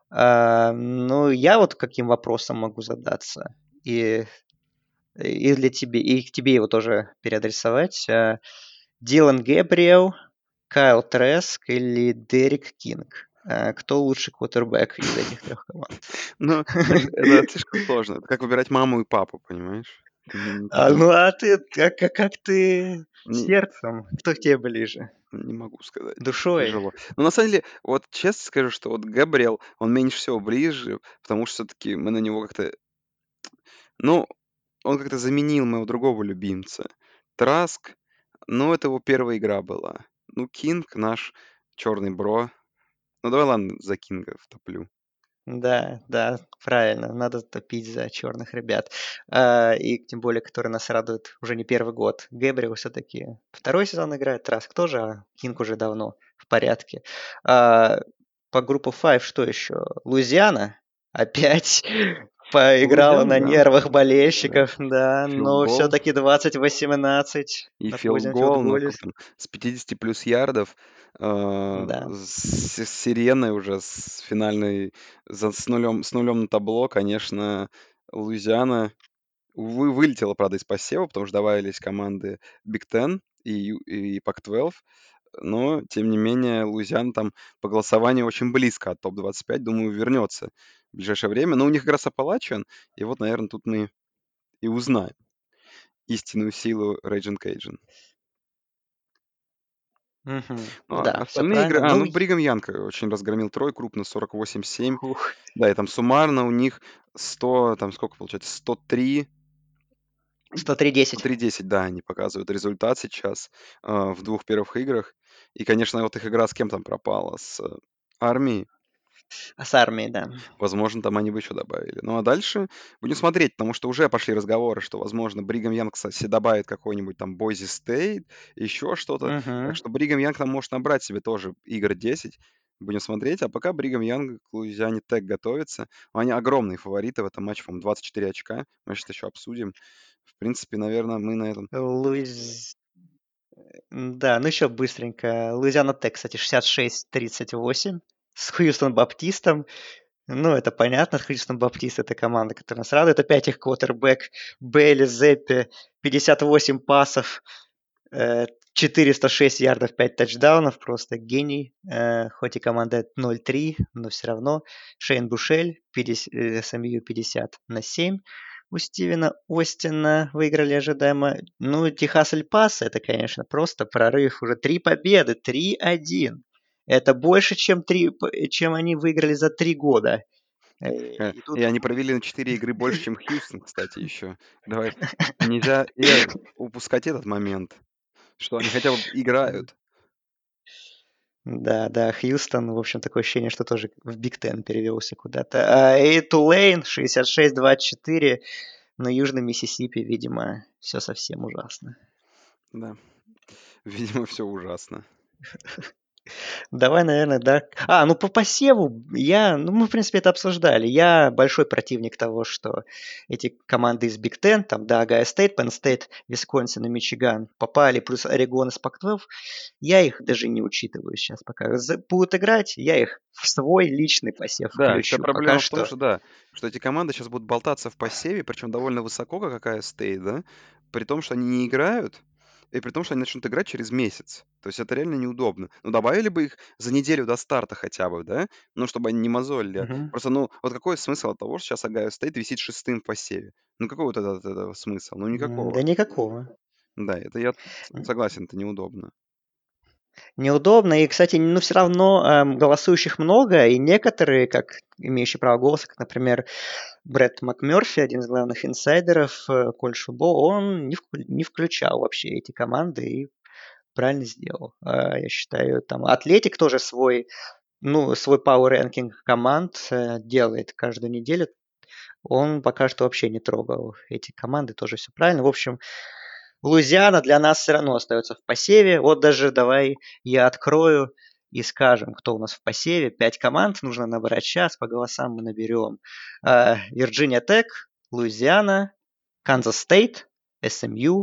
Ну, я вот каким вопросом могу задаться, и, и для тебе, и к тебе его тоже переадресовать. Дилан Гэбриэл, Кайл Треск или Дерек Кинг? Кто лучший квотербек из этих трех команд? Ну, это слишком сложно. Это как выбирать маму и папу, понимаешь? Не Ну, а ты, как ты не сердцем? Кто к тебе ближе? не могу сказать. Душой? Тяжело. Но на самом деле, вот честно скажу, что вот Габриэл, он меньше всего ближе, потому что все-таки мы на него как-то, ну, он как-то заменил моего другого любимца. Траск, ну, это его первая игра была. Ну, Кинг наш черный бро. Ну, давай, ладно, за Кинга втоплю. Да, да, правильно, надо топить за черных ребят. И тем более, которые нас радуют уже не первый год. Гэбриэл все-таки второй сезон играет, Траск тоже, а Кинг уже давно в порядке. А, по группу Five что еще? Луизиана опять поиграла Лузиан, на да, нервах да. болельщиков, да, но Филд-гол все-таки 20-18 и на позднем филд-гол, ну, филдголе. сколько там, с 50 плюс ярдов, Да. с сиреной уже, с финальной, с нулем на табло, конечно, Луизиана вылетела, правда, из посева, потому что добавились команды Big Ten и Pac-12, но, тем не менее, Луизиана там по голосованию очень близко от топ-25, думаю, вернется в ближайшее время. Но у них как раз Appalachian, и вот, наверное, тут мы и узнаем истинную силу Raging Cajun. Мгм. Ну, а Да, все остальные игры... правильно. А, Ну, ну, Бригам Янг очень разгромил Трой крупно, 48-7. фух, Да, и там суммарно у них 100, там сколько получается, 103, 103-10. 103-10, да, они показывают результат сейчас в двух первых играх. И, конечно, вот их игра с кем там пропала? С Армией. А с армией, да. Возможно, там они бы еще добавили. Ну, а дальше будем смотреть, потому что уже пошли разговоры, что, возможно, Бригам Янг, кстати, добавит какой-нибудь там Бойзи Стейт, еще что-то. Так Мгм. что Бригам Янг там может набрать себе тоже игр 10. Будем смотреть. А пока Бригам Янг к Луизиане Тек готовится. Они огромные фавориты в этом матче, по-моему, 24 очка. Мы сейчас еще обсудим. В принципе, наверное, мы на этом... Луиз... Да, ну еще быстренько. Луизиана Тек, кстати, 66-38 с Хьюстон Баптистом. Ну, это понятно, Хьюстон Баптист — это команда, которая нас радует. Опять их квотербек Бейли Зеппи, 58 пасов, 406 ярдов, 5 тачдаунов, просто гений. Хоть и команда 0-3, но все равно. Шейн Бушель, 50, СМЮ 50-7. У Стивена Остина выиграли ожидаемо. Ну, Техас Эль Пасо — это, конечно, просто прорыв. Уже 3 победы, 3-1. Это больше, чем они выиграли за 3 года. И И тут они провели на 4 игры больше, чем Хьюстон, кстати, еще. Давай, нельзя упускать этот момент, что они хотя бы играют. да, да, Хьюстон, в общем, такое ощущение, что тоже в Биг Тен перевелся куда-то. И Тулейн 66-24 на Южном Миссисипи, видимо, все совсем ужасно. Да, видимо, все ужасно. Давай, наверное, да. Ну по посеву ну мы, в принципе, это обсуждали. Я большой противник того, что эти команды из Биг Тен, там, да, Огайо Стейт, Penn State, Висконсин и Мичиган попали, плюс Орегон из Пак-12, я их даже не учитываю сейчас пока. Будут играть, я их в свой личный посев Да, вся включу. Пока проблема в том, что. что да, что эти команды сейчас будут болтаться в посеве, причем довольно высоко, как Ohio State, да, при том, что они не играют, и при том, что они начнут играть через месяц. То есть это реально неудобно. Ну, добавили бы их за неделю до старта хотя бы, да, ну, чтобы они не мозолили. Мгм. Просто, ну, вот какой смысл от того, что сейчас Ohio State висит шестым в посеве? Ну, какой вот этот этого смысл? Ну, Да никакого. никакого. Да, это я согласен, это неудобно. Неудобно. И, кстати, ну, все равно голосующих много, и некоторые, как имеющие право голоса, как, например, Брэд МакМёрфи, один из главных инсайдеров колледж футбола, он не включал вообще эти команды и правильно сделал. Я считаю, там Атлетик тоже свой power ranking команд делает каждую неделю. Он пока что вообще не трогал эти команды, тоже все правильно. В общем, Луизиана для нас все равно остается в посеве. Вот даже давай я открою и скажем, кто у нас в посеве. 5 команд нужно набрать сейчас, по голосам мы наберем. Вирджиния Тек, Луизиана, Канзас Стейт, СМЮ,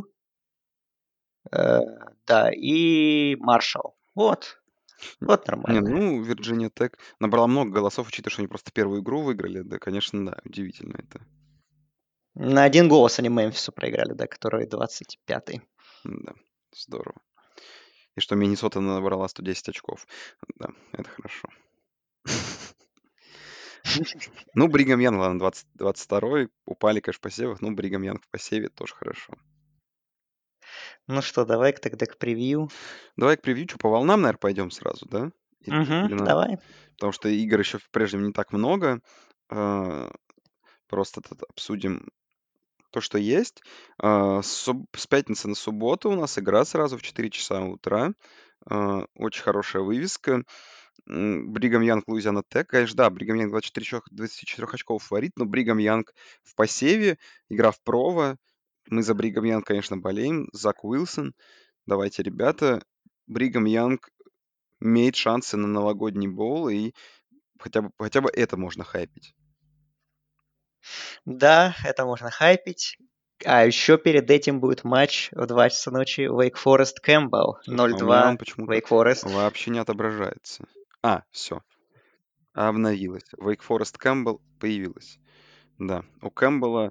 э, да, и Маршалл. Вот Не, нормально. ну, Virginia Tech набрала много голосов, учитывая, что они просто первую игру выиграли. Да, конечно, да, удивительно это. На один голос они Мемфису проиграли, да, который 25-й. Да, здорово. И что Миннесота набрала 110 очков. Да, это хорошо. Ну, Бригам Янг, ладно, 22-й. Упали, конечно, в посевах. Ну, Бригам Янг в посеве тоже хорошо. Ну что, давай тогда к превью. Давай к превью, что по волнам, наверное, пойдем сразу, да? Угу, Или надо? давай. Потому что игр еще прежнему не так много. А, Просто тут обсудим то, что есть. С пятницы на субботу у нас игра сразу в 4 часа утра. Очень хорошая вывеска. Бригам Янг, Луизиана Тек. Конечно, да, Бригам Янг 24 очков фаворит, но Бригам Янг в посеве, игра в прово. Мы за Бригам Янг, конечно, болеем. Зак Уилсон. Давайте, ребята. Бригам Янг имеет шансы на новогодний боул, и хотя бы это можно хайпить. Да, это можно хайпить. А еще перед этим будет матч в 2 часа ночи Wake Forest Campbell. Слушай, а у меня он 0-2 почему-то Wake Forest. вообще не отображается. Все, обновилось. Wake Forest Кэмпбелл появилась. Да, у Кэмпбелла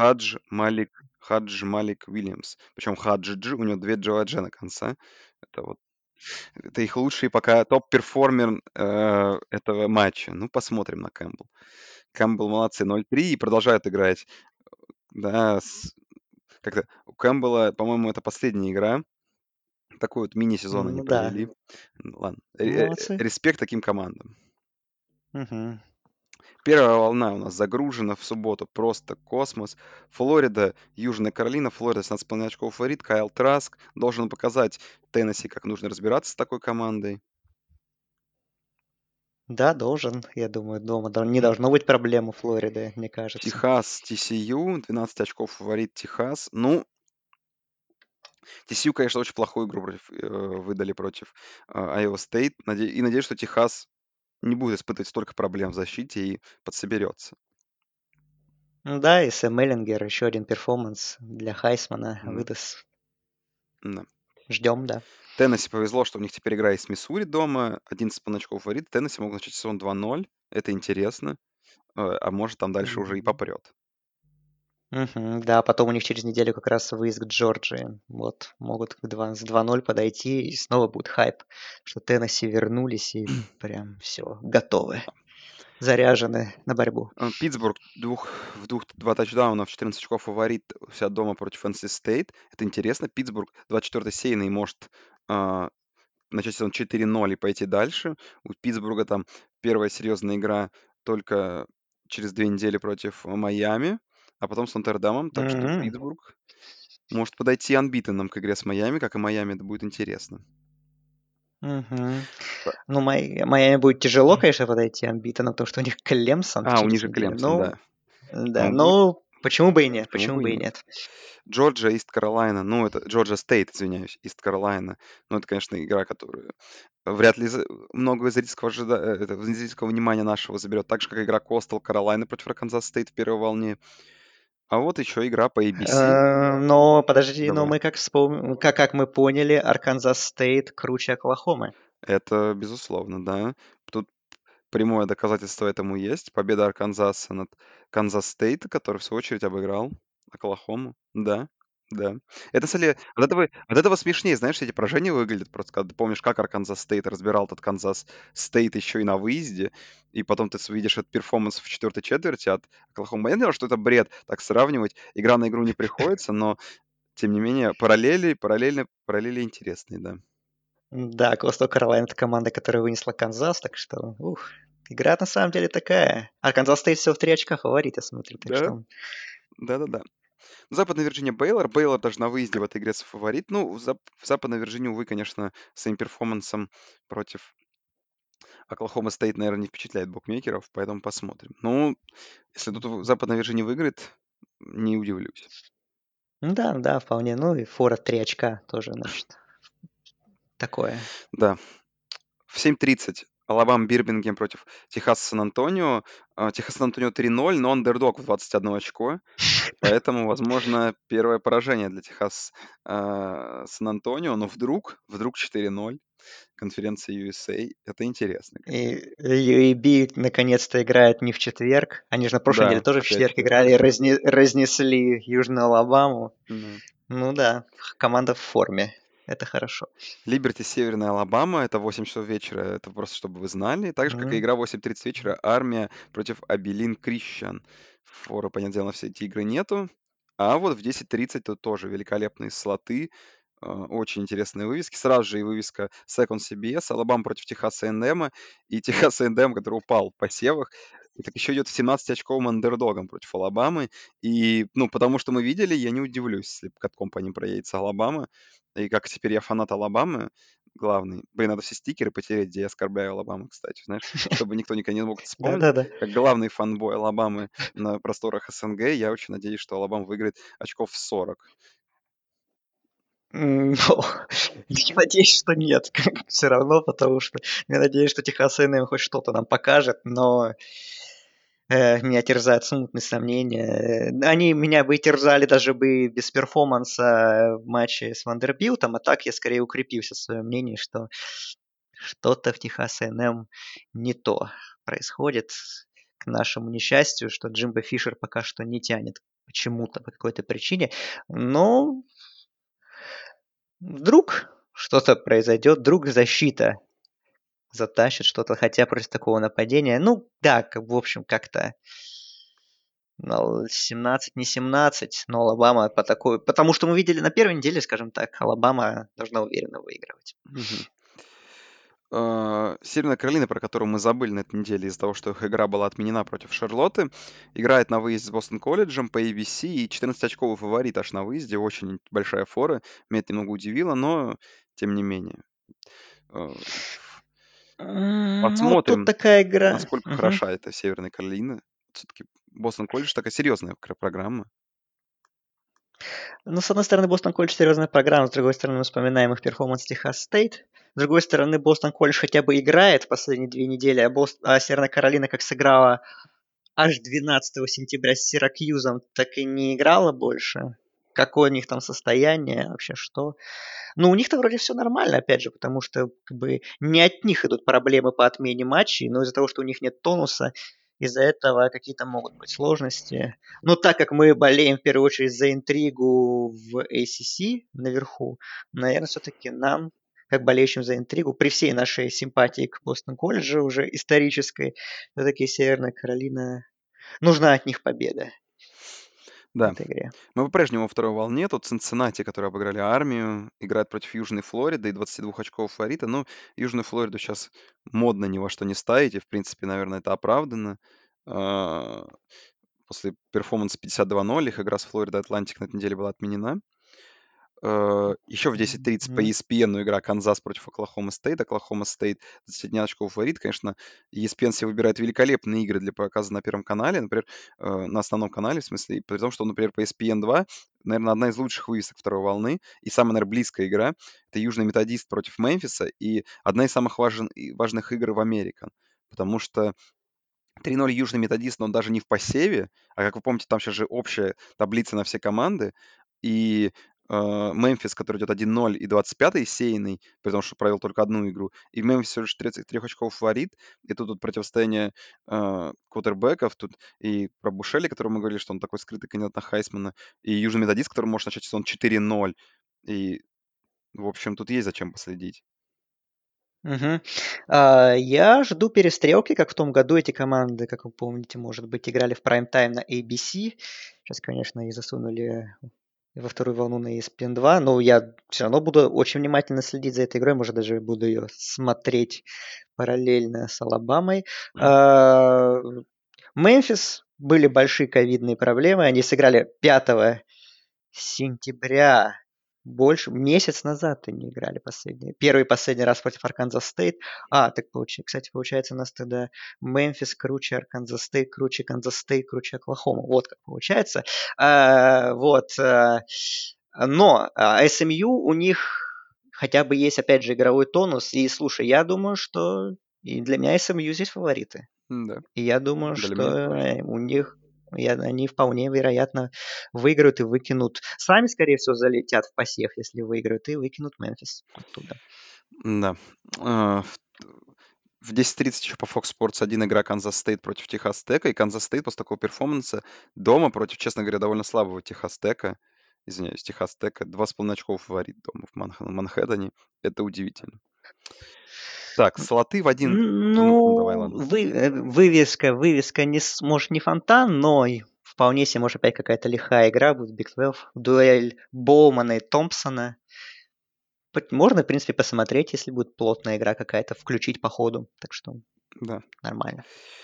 Хадж Малик Уильямс. Причем Хаджи, у него две Джи на конце. Это вот это их лучший пока топ-перформер этого матча. Ну, посмотрим на Кэмпбелл. Кэмпбелл молодцы, 0-3 и продолжают играть. Да, как-то у Кэмпбелла, по-моему, это последняя игра. Такой вот мини-сезон они Ну да, провели. Ладно, молодцы. респект таким командам. Мгм. Первая волна у нас загружена в субботу. Просто космос. Флорида, Южная Каролина. Флорида 17,5 очков фаворит. Кайл Траск должен показать Теннесси, как нужно разбираться с такой командой. Да, должен. Я думаю, дома не М, должно быть проблем у Флориды, мне кажется. Техас, TCU. 12 очков фаворит Техас. Ну, TCU, конечно, очень плохую игру выдали против Iowa State. И надеюсь, что Техас не будет испытывать столько проблем в защите и подсоберется. Да, и Сэм Эллингер еще один перформанс для Хайсмана Ну, выдаст. да. Ждем, да. Теннесси повезло, что у них теперь игра есть с Миссури дома. 11,5 очков фаворит. Теннесси могут начать сезон 2-0. Это интересно. А может, там дальше уже и Мгм. попрет. Мгм. Да, потом у них через неделю как раз выезд к Джорджии. Вот, могут с 2-0 подойти, и снова будет хайп, что Теннесси вернулись и прям все, готовы, заряжены на борьбу. Питтсбург два тачдауна в 14 очков фаворит у себя дома против NC State. Это интересно. Питтсбург 24-й сейный может а, начать сезон 4-0 и пойти дальше. У Питтсбурга там первая серьезная игра только через 2 недели против Майами, а потом с Нотр-Дамом. Так что Мгм. Питтсбург может подойти анбитенным к игре с Майами, как и Майами, это будет интересно. Мгм. П- Ну, Майами будет тяжело, конечно, подойти амбита, потому что у них Клемсон у них через же неделю. Клемсон, Ну, да. да, Ну, будет, ну, почему бы и нет, почему почему бы и бы и нет. нет. Джорджия, Ист Каролина, ну, это Джорджия Стейт, извиняюсь, Ист Каролина. Ну, это, конечно, игра, которую вряд ли много зрительского внимания нашего заберет. Так же, как игра Костел Каролайна против Арканзас Стейт в первой волне. А вот еще игра по ABC. Но подожди, но Давай. мы как вспомним, как мы поняли, Арканзас Стейт круче Оклахомы. Это безусловно, да. Тут прямое доказательство этому есть. Победа Арканзаса над Канзас Стейт, который, в свою очередь, обыграл Оклахому. Да, да. Это, если, от этого смешнее, знаешь, эти поражения выглядят просто, когда ты помнишь, как Арканзас Стейт разбирал этот Канзас Стейт еще и на выезде, и потом ты видишь этот перформанс в четвертой четверти от Оклахомы. Я понимаю, что это бред так сравнивать. Игра на игру не приходится, но, тем не менее, параллели интересные, да. Да, Coastal Carolina — это команда, которая вынесла Канзас, так что, игра на самом деле такая. Арканзас Стейт всего в 3 очка фаворит, я смотрю, так Да, что... да-да-да. Западная Вирджиния Бейлор. Бейлор даже на выезде в этой игре фаворит. Ну, в Западной Вирджинии, увы, конечно, своим перформансом против Оклахома Стейт, наверное, не впечатляет букмекеров, поэтому посмотрим. Ну, если тут Западная Вирджиния выиграет, не удивлюсь. Ну да, да, вполне. Ну и фора 3 очка тоже, значит, такое. Да, в 7:30 Алабама Бирмингем против Техаса Сан-Антонио. Техас Сан-Антонио 3-0, но андердог в 21 очко. Поэтому, возможно, первое поражение для Техас Сан-Антонио. Но вдруг 4-0. Конференция USA. Это интересно, И конечно. UAB наконец-то играет не в четверг. Они же на прошлой неделе Да, тоже в в 5 четверг часов играли и вечера. разнесли Южную Алабаму. Да. Ну да, команда в форме. Это хорошо. Либерти Северная Алабама. Это 8 часов вечера. Это просто чтобы вы знали. Так же, как и М. игра в 8:30 вечера. Армия против Абелин Крищан. Фора, понятное дело, на все эти игры нету. А вот в 10:30 тут тоже великолепные слоты. Очень интересные вывески. Сразу же и вывеска Second CBS. Алабама против Техаса A&M. И Техас A&M, который упал в посевах. И так еще идет 17-очковым андердогом против Алабамы. И, ну, потому что мы видели, я не удивлюсь, если катком по ним проедется Алабама. И как теперь я фанат Алабамы главный. Блин, надо все стикеры потереть, где я оскорбляю Алабаму, кстати, знаешь, чтобы никто никогда не мог это вспомнить. Да-да-да. Как главный фанбой Алабамы на просторах СНГ, я очень надеюсь, что Алабама выиграет очков 40. Ну, я надеюсь, что нет, все равно, потому что я надеюсь, что Техас A&M хоть что-то нам покажет, но меня терзают смутные сомнения. Они меня бы терзали даже бы без перформанса в матче с Вандербилтом, а так я скорее укрепился в своем мнении, что что-то в Техас A&M не то происходит, к нашему несчастью, что Джимбо Фишер пока что не тянет почему-то, по какой-то причине. Но вдруг что-то произойдет, вдруг защита затащит что-то, хотя против такого нападения, ну да, в общем, как-то 17 не 17, но Алабама по такой... Потому что мы видели на первой неделе, скажем так, Алабама должна уверенно выигрывать. Мгм. Северная Каролина, про которую мы забыли на этой неделе из-за того, что их игра была отменена против Шарлотты, играет на выезде с Бостон Колледжем по ABC, и 14-очковый фаворит аж на выезде, очень большая фора. Меня это немного удивило, но тем не менее. Э, Ну, тут Посмотрим, такая игра. насколько Мгм. хороша эта Северная Каролина. Все-таки Бостон Колледж такая серьезная программа. Ну, с одной стороны, Бостон Колледж серьезная программа, с другой стороны, мы вспоминаем их перформанс Техас Стейт. С другой стороны, Бостон Колледж хотя бы играет последние 2 недели, а Северная Каролина как сыграла аж 12 сентября с Сиракьюзом, так и не играла больше. Какое у них там состояние, вообще что? Ну, у них-то вроде все нормально, опять же, потому что как бы не от них идут проблемы по отмене матчей, но из-за того, что у них нет тонуса, из-за этого какие-то могут быть сложности. Но так как мы болеем в первую очередь за интригу в ACC наверху, наверное, все-таки нам, как болеющим за интригу, при всей нашей симпатии к Бостон колледжу уже исторической, все-таки Северная Каролина, нужна от них победа в Да, этой игре. мы по-прежнему во второй волне. Тут Цинциннати, которые обыграли Армию, играет против Южной Флориды и 22 очков фаворита. Ну, Южную Флориду сейчас модно ни во что не ставить, и, в принципе, наверное, это оправдано. А, После перформанса 52-0 их игра с Флорида Атлантик на этой неделе была отменена. Еще в 10:30 по Мгм. ESPN игра Канзас против Оклахома Стейт. Оклахома Стейт 21 очков фаворит. Конечно, ESPN себе выбирает великолепные игры для показа на Первом канале, например, на основном канале, в смысле, при том, что, например, по ESPN 2, наверное, одна из лучших вывесок второй волны и самая, наверное, близкая игра — это Южный Методист против Мемфиса и одна из самых важных игр в Американ. Потому что 3:0 Южный Методист, но он даже не в посеве, а, как вы помните, там сейчас же общая таблица на все команды. И Мемфис, который идет 1:0 и 25-й сеянный, при том, что провел только одну игру. И Мемфис всего лишь 33 очков фаворит. И тут противостояние квотербеков. Тут и про Бушели, который мы говорили, что он такой скрытый кандидат на Хайсмана. И Южный Методист, который может начать сезон 4:0. И, в общем, тут есть зачем последить. Мгм. Я жду перестрелки, как в том году эти команды, как вы помните, может быть, играли в прайм-тайм на ABC. Сейчас, конечно, и засунули во вторую волну на ESPN 2, но я все равно буду очень внимательно следить за этой игрой, может, даже буду ее смотреть параллельно с Алабамой. А, Мемфис были большие ковидные проблемы, они сыграли 5 сентября, больше месяц назад они играли последний. Первый и последний раз против Арканзас Стейт. Так кстати, получается у нас тогда Мемфис круче Арканзас Стейт, круче Канзас Стейт, круче Оклахома. Вот как получается. Но SMU у них хотя бы есть, опять же, игровой тонус. И слушай, я думаю, что и для меня SMU здесь фавориты. Да, И я думаю, для что меня тоже. у них они вполне вероятно выиграют и выкинут. Сами, скорее всего, залетят в посев, если выиграют, и выкинут Мемфис оттуда. Да. А, В 10:30 еще по Fox Sports один игра Канзас Стейт против Техас Тека. И Канзас Стейт после такого перформанса дома против, честно говоря, довольно слабого Техас Тека, извиняюсь, Техас Тека, 2,5 очков фаворит дома в Манхэттене. Это удивительно. Так, слоты в один... Ну, давай, Ну, ладно. вывеска может не фонтан, но и вполне себе может опять какая-то лихая игра будет в Big 12. Дуэль Боумана и Томпсона. Можно, в принципе, посмотреть, если будет плотная игра какая-то, включить по ходу. Так что Да. нормально.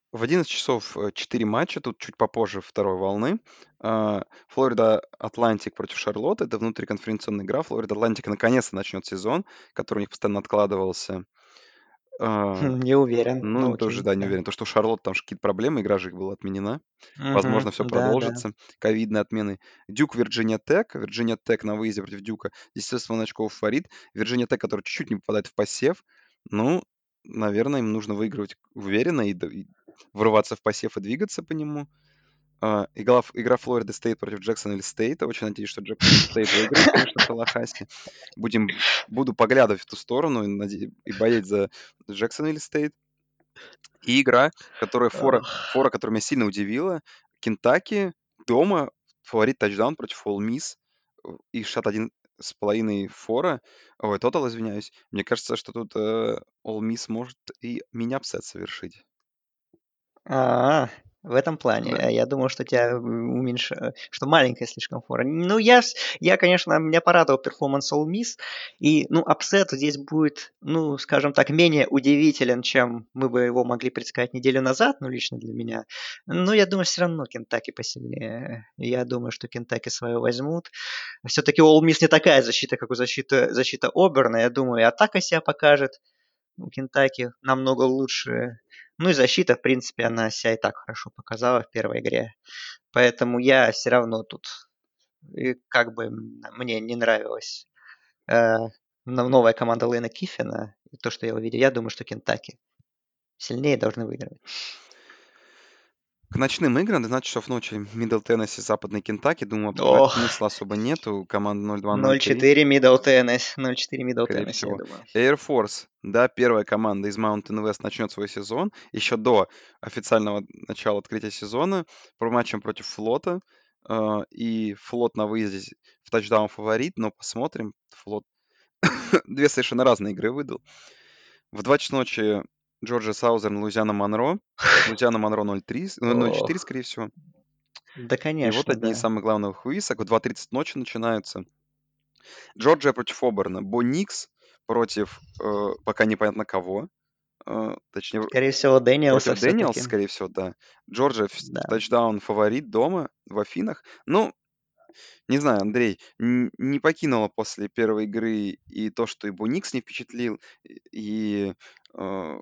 В 11 часов 4 матча, тут чуть попозже второй волны. Флорида Атлантик против Шарлотты. Это внутриконференционная игра. Флорида Атлантик наконец-то начнет сезон, который у них постоянно откладывался. А, Не уверен, но Ну, тоже, окей, да, не да. уверен. То, что у Шарлотты там какие-то проблемы, игра же их была отменена. Мгм. Возможно, все Да, да. продолжится. Ковидные отмены. Дюк, Вирджиния Тек. Вирджиния Тек на выезде против Дюка. Естественно, очков фаворит. Вирджиния Тек, который чуть-чуть не попадает в посев. Ну, наверное, им нужно выигрывать уверенно и врываться в посев и двигаться по нему. Игра Флорида Стейт против Джексонвилл Стейта. Очень надеюсь, что Джексонвилл Стейт выиграет, конечно, в Таллахассе. Буду поглядывать в ту сторону и болеть за Джексонвилл Стейт. И игра, Ох. которая меня сильно удивила. Кентаки дома, фаворит тачдаун против Ole Miss. И счет 1,5 фора. Ой, тотал, извиняюсь. Мне кажется, что тут Ole Miss может и мини-апсет совершить. А, в этом плане. Да. Я думал, что тебя что маленькая слишком фора. Ну, я, конечно, меня порадовал перформанс All Miss. И, ну, апсет здесь будет, ну, скажем так, менее удивителен, чем мы бы его могли предсказать неделю назад, ну, лично для меня. Но я думаю, все равно Кентаки посильнее. Я думаю, что Кентаки свое возьмут. Все-таки All Miss не такая защита, как защита Оберна. Я думаю, и атака себя покажет у Кентаки намного лучше. Ну и защита, в принципе, она себя и так хорошо показала в первой игре. Поэтому я все равно тут, и как бы мне не нравилась э, новая команда Лейна Киффина, и то, что я увидел, я думаю, что Кентаки сильнее должны выиграть. К ночным играм, 12 часов ночи, Мидл Теннесси, Западный Кентаки. Думаю, обсуждать Ох, смысла особо нету. Команда 0-2-0-3, 0-4 Middle Tennessee, 0-4 Middle скорее Tennessee, я всего. думаю. Air Force, да, первая команда из Mountain West начнет свой сезон. Еще до официального начала открытия сезона. Про матчем против Флота. И Флот на выезде в тачдаун фаворит, но посмотрим. Флот две совершенно разные игры выдал. В 2 часа ночи Джорджия Саузерн, Луизиана Монро. Луизиана Монро 0-3, 0-4, Ох, скорее всего. да, И вот конечно, одни из да. самых главных высок. В 2:30 ночи начинаются. Джорджия против Оберна. Бо Никс против пока непонятно кого. Точнее, Скорее всего, Дэниелса против Дэниелс, все-таки. скорее всего, да. Джорджия в Да. тачдаун фаворит дома в Афинах. Ну, не знаю, Андрей, не покинула после первой игры и то, что и Бо Никс не впечатлил, и э,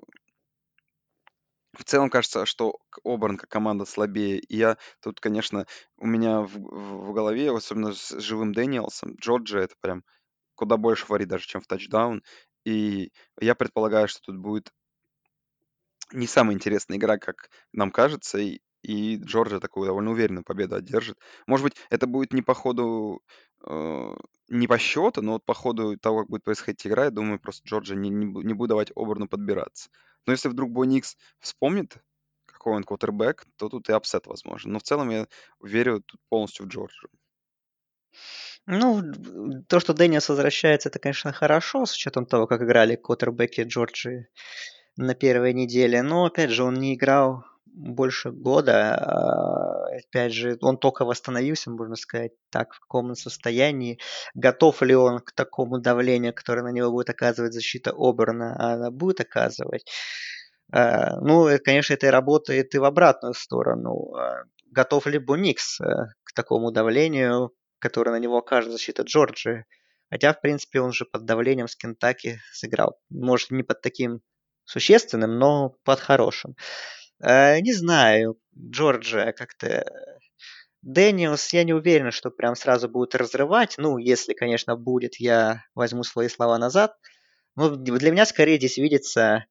в целом кажется, что Оберн как команда слабее. И я тут, конечно, у меня в голове, особенно с живым Дэниелсом, Джорджия это прям куда больше фаворит даже, чем в тачдаун. И я предполагаю, что тут будет не самая интересная игра, как нам кажется, и Джорджия такую довольно уверенную победу одержит. Может быть, это будет не по ходу, э, не по счету, но вот по ходу того, как будет происходить игра, я думаю, просто Джорджия не будет давать Оберну подбираться. Но если вдруг Бо Никс вспомнит, какой он квотербек, то тут и апсет возможен. Но в целом я верю тут полностью в Джорджию. Ну, то, что Дэниелс возвращается, это, конечно, хорошо, с учетом того, как играли квотербеки Джорджии на первой неделе. Но, опять же, он не играл больше года. Опять же, он только восстановился, можно сказать, так, в каком он состоянии. Готов ли он к такому давлению, которое на него будет оказывать защита Оберна, а она будет оказывать. Ну, конечно, это и работает и в обратную сторону. Готов ли Буникс к такому давлению, которое на него окажет защита Джорджии? Хотя, в принципе, он же под давлением с Кентаки сыграл. Может, не под таким существенным, но под хорошим. Не знаю, Джорджия как-то... Дэниелс, я не уверен, что прям сразу будет разрывать. Ну, если, конечно, будет, я возьму свои слова назад. Но для меня скорее здесь видится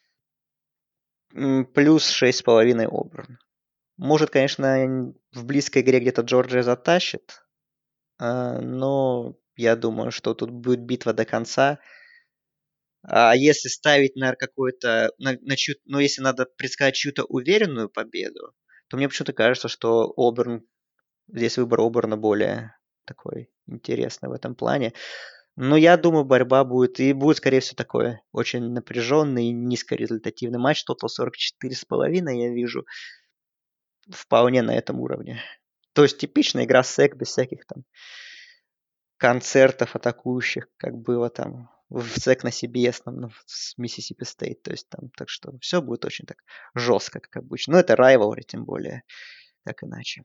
плюс 6,5 Оберн. Может, конечно, в близкой игре где-то Джорджия затащит, но я думаю, что тут будет битва до конца. А если ставить на какую-то, ну, если надо предсказать чью-то уверенную победу, то мне почему-то кажется, что Оберн, здесь выбор Оберна более такой интересный в этом плане. Но я думаю, борьба будет, и будет, скорее всего, такой очень напряженный и низкорезультативный матч. Тотал 44,5 я вижу вполне на этом уровне. То есть типичная игра сек без всяких там концертов атакующих, как было там в SEC на CBS там, ну, с Mississippi State. То есть там, так что все будет очень так жестко, как обычно. Но это rivalry, тем более, как иначе.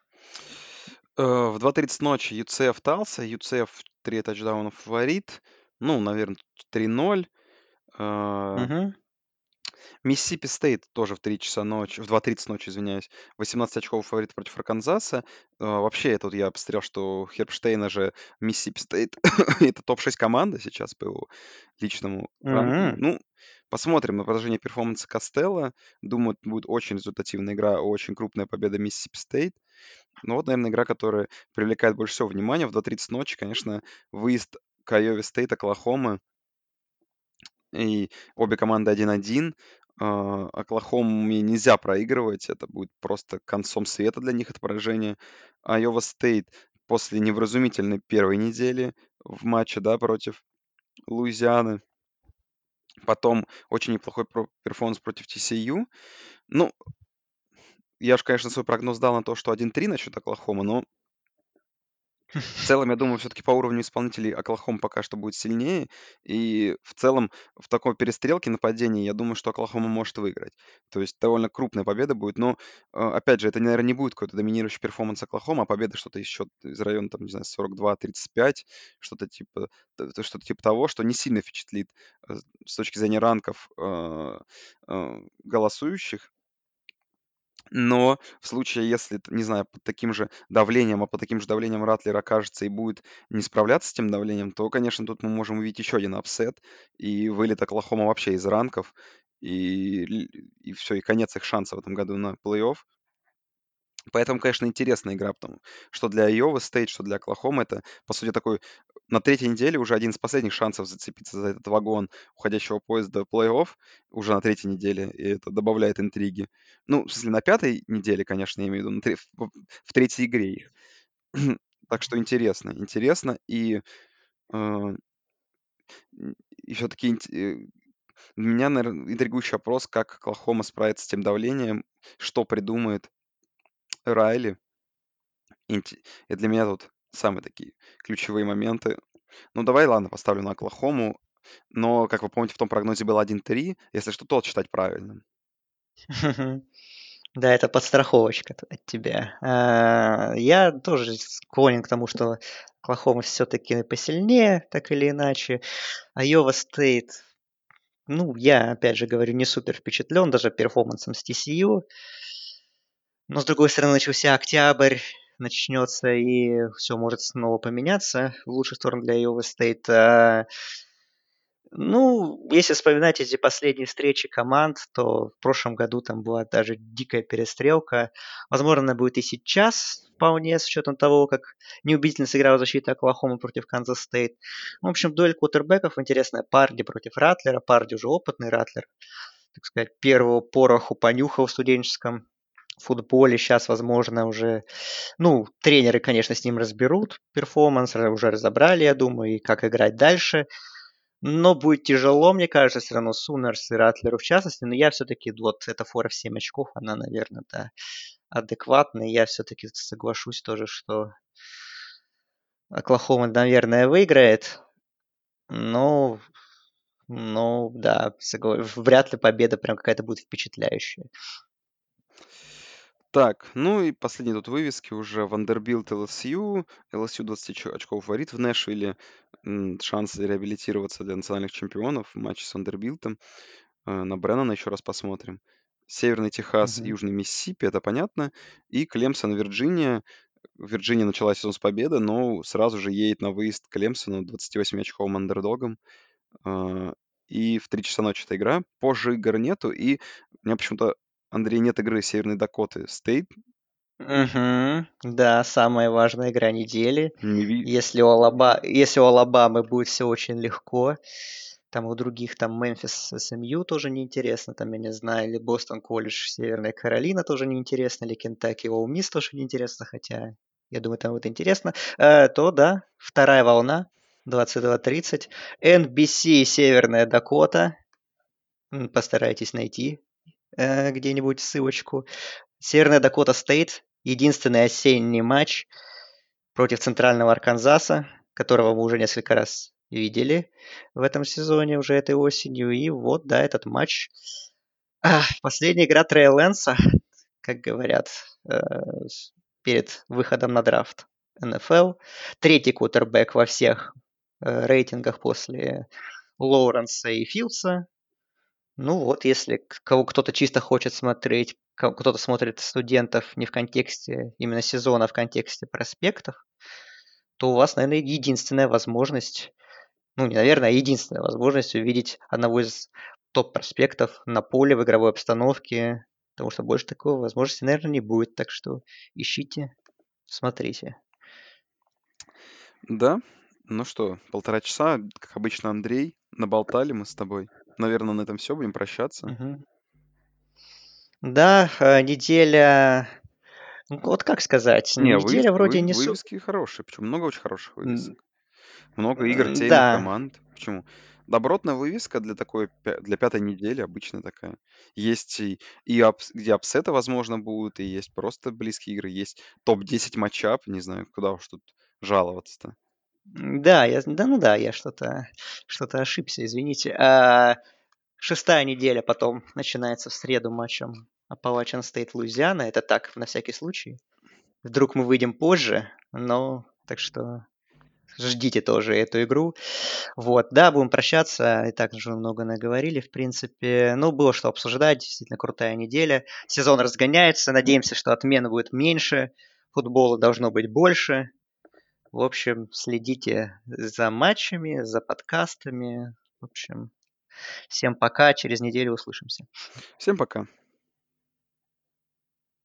В 2:30 ночи UCF Талса. UCF 3 тачдауна фаворит. Ну, наверное, 3-0. Э, Мгм. Миссисипи Стейт тоже в 3 часа ночи, в 2:30 ночи, извиняюсь. 18 очков фаворит против Арканзаса. Вообще, это вот я посмотрел, что Хербштейна же Миссисипи Стейт это топ-6 команда сейчас по его личному ранкингу. Мгм. Ну, посмотрим на продолжение перформанса Костелло. Думаю, это будет очень результативная игра, очень крупная победа Миссисипи Стейт. Ну вот, наверное, игра, которая привлекает больше всего внимания в 2:30 ночи, конечно, выезд к Айове Стейт, Оклахомы. И обе команды 1-1. Оклахоме нельзя проигрывать. Это будет просто концом света для них это поражение. Айова Стейт после невразумительной первой недели в матче, да, против Луизианы. Потом очень неплохой перформанс против TCU. Ну, я же, конечно, свой прогноз дал на то, что 1-3 насчет Оклахомы, но в целом, я думаю, все-таки по уровню исполнителей Оклахома пока что будет сильнее. И в целом в такой перестрелке нападений, я думаю, что Оклахома может выиграть. То есть довольно крупная победа будет. Но, опять же, это, наверное, не будет какой-то доминирующий перформанс Оклахома, а победа что-то еще из района, там, не знаю, 42-35, что-то типа того, что не сильно впечатлит с точки зрения ранков голосующих. Но в случае, если, не знаю, под таким же давлением, под таким же давлением Ратлер окажется и будет не справляться с тем давлением, то, конечно, тут мы можем увидеть еще один апсет и вылет Оклахома вообще из ранков, и все, и конец их шанса в этом году на плей-офф. Поэтому, конечно, интересная игра, потому что для Айовы Стейт, что для Оклахомы, это, по сути, такой на третьей неделе уже один из последних шансов зацепиться за этот вагон уходящего поезда в плей-офф уже на третьей неделе, и это добавляет интриги. Ну, в смысле, на пятой неделе, конечно, я имею в виду, в третьей игре их. Так что интересно, интересно, э, и все-таки для меня, наверное, интригующий вопрос, как Оклахома справится с тем давлением, что придумает Райли. И для меня тут самые такие ключевые моменты. Ну, давай, ладно, поставлю на Оклахому. Но, как вы помните, в том прогнозе был 1-3. Если что, тот считать правильным. Да, это подстраховочка от тебя. Я тоже склонен к тому, что Оклахома все-таки посильнее, так или иначе. Айова Стейт, ну, я, опять же говорю, не супер впечатлен даже перформансом с TCU. Но, с другой стороны, начался октябрь, начнется, и все может снова поменяться в лучшую сторону для Айова Стейт. Ну, если вспоминать эти последние встречи команд, то в прошлом году там была даже дикая перестрелка. Возможно, она будет и сейчас, вполне, с учетом того, как неубедительно сыграла защита Оклахомы против Канзас Стейт. В общем, дуэль квотербеков интересная. Парди против Ратлера. Парди уже опытный Ратлер, так сказать, первого пороху понюхал в студенческом футболе. Сейчас, возможно, уже, ну, тренеры, конечно, с ним разберут перформанс, уже разобрали, я думаю, и как играть дальше. Но будет тяжело, мне кажется, все равно Сунерс и Ратлеру в частности. Но я все-таки, вот эта фора в 7 очков, она, наверное, да, адекватная. Я все-таки соглашусь тоже, что Оклахома, наверное, выиграет. Но, ну, да, вряд ли победа прям какая-то будет впечатляющая. Так, ну и последние тут вывески уже. Вандербилт, ЛСЮ. ЛСЮ 20 очков фаворит в Нэшвилле. Шанс реабилитироваться для национальных чемпионов в матче с Вандербилтом. На Бреннана еще раз посмотрим. Северный Техас, Мгм. Южный Миссисипи, это понятно. И Клемсон, Вирджиния. Вирджиния начала сезон с победы, но сразу же едет на выезд к Клемсону 28-очковым андердогом. А, И в 3 часа ночи эта игра. Позже игр нету. И у меня почему-то, Андрей, нет игры Северной Дакоты Стейт. Мгм. Да, самая важная игра недели. Не ви... Если у Алабамы будет все очень легко, там у других, там Мемфис, СМЮ тоже неинтересно, там, я не знаю, или Бостон Колледж, Северная Каролина тоже неинтересно, или Кентаки, Оу Мисс тоже неинтересно, хотя, я думаю, там это интересно, то да, вторая волна, 22:30, NBC, Северная Дакота, постарайтесь найти где-нибудь ссылочку. Северная Дакота Стейт, единственный осенний матч против Центрального Арканзаса, которого мы уже несколько раз видели в этом сезоне уже этой осенью. И вот, да, этот матч. Последняя игра Трея Лэнса, как говорят, перед выходом на драфт НФЛ. Третий квотербек во всех рейтингах после Лоуренса и Филдса. Ну вот, если кого кто-то чисто хочет смотреть, кто-то смотрит студентов не в контексте именно сезона, а в контексте проспектов, то у вас, наверное, единственная возможность, ну, не наверное, а единственная возможность увидеть одного из топ-проспектов на поле в игровой обстановке, потому что больше такой возможности, наверное, не будет. Так что ищите, смотрите. Да, ну что, 1,5 часа, как обычно, Андрей, наболтали мы с тобой. Наверное, на этом все, будем прощаться. Мгм. Да, неделя, ну, вот как сказать, Не, неделя вывески, вроде не су... вывески хорошие, почему? Много очень хороших М, вывесок. Много игр теми Да, команд. Почему? Добротная вывеска для такой, для пятой недели обычно такая. Есть где апсеты, возможно, будут, и есть просто близкие игры, есть топ-10 матчап, не знаю, куда уж тут жаловаться-то. да, я что-то ошибся, извините. Шестая неделя потом начинается в среду матчем Appalachian State Луизиана. Это так, на всякий случай. Вдруг мы выйдем позже, но так что ждите тоже эту игру. Вот, да, будем прощаться. И так уже много наговорили, в принципе. Ну, было что обсуждать. Действительно крутая неделя. Сезон разгоняется. Надеемся, что отмен будет меньше. Футбола должно быть больше. В общем, следите за матчами, за подкастами. В общем, всем пока. Через неделю услышимся. Всем пока.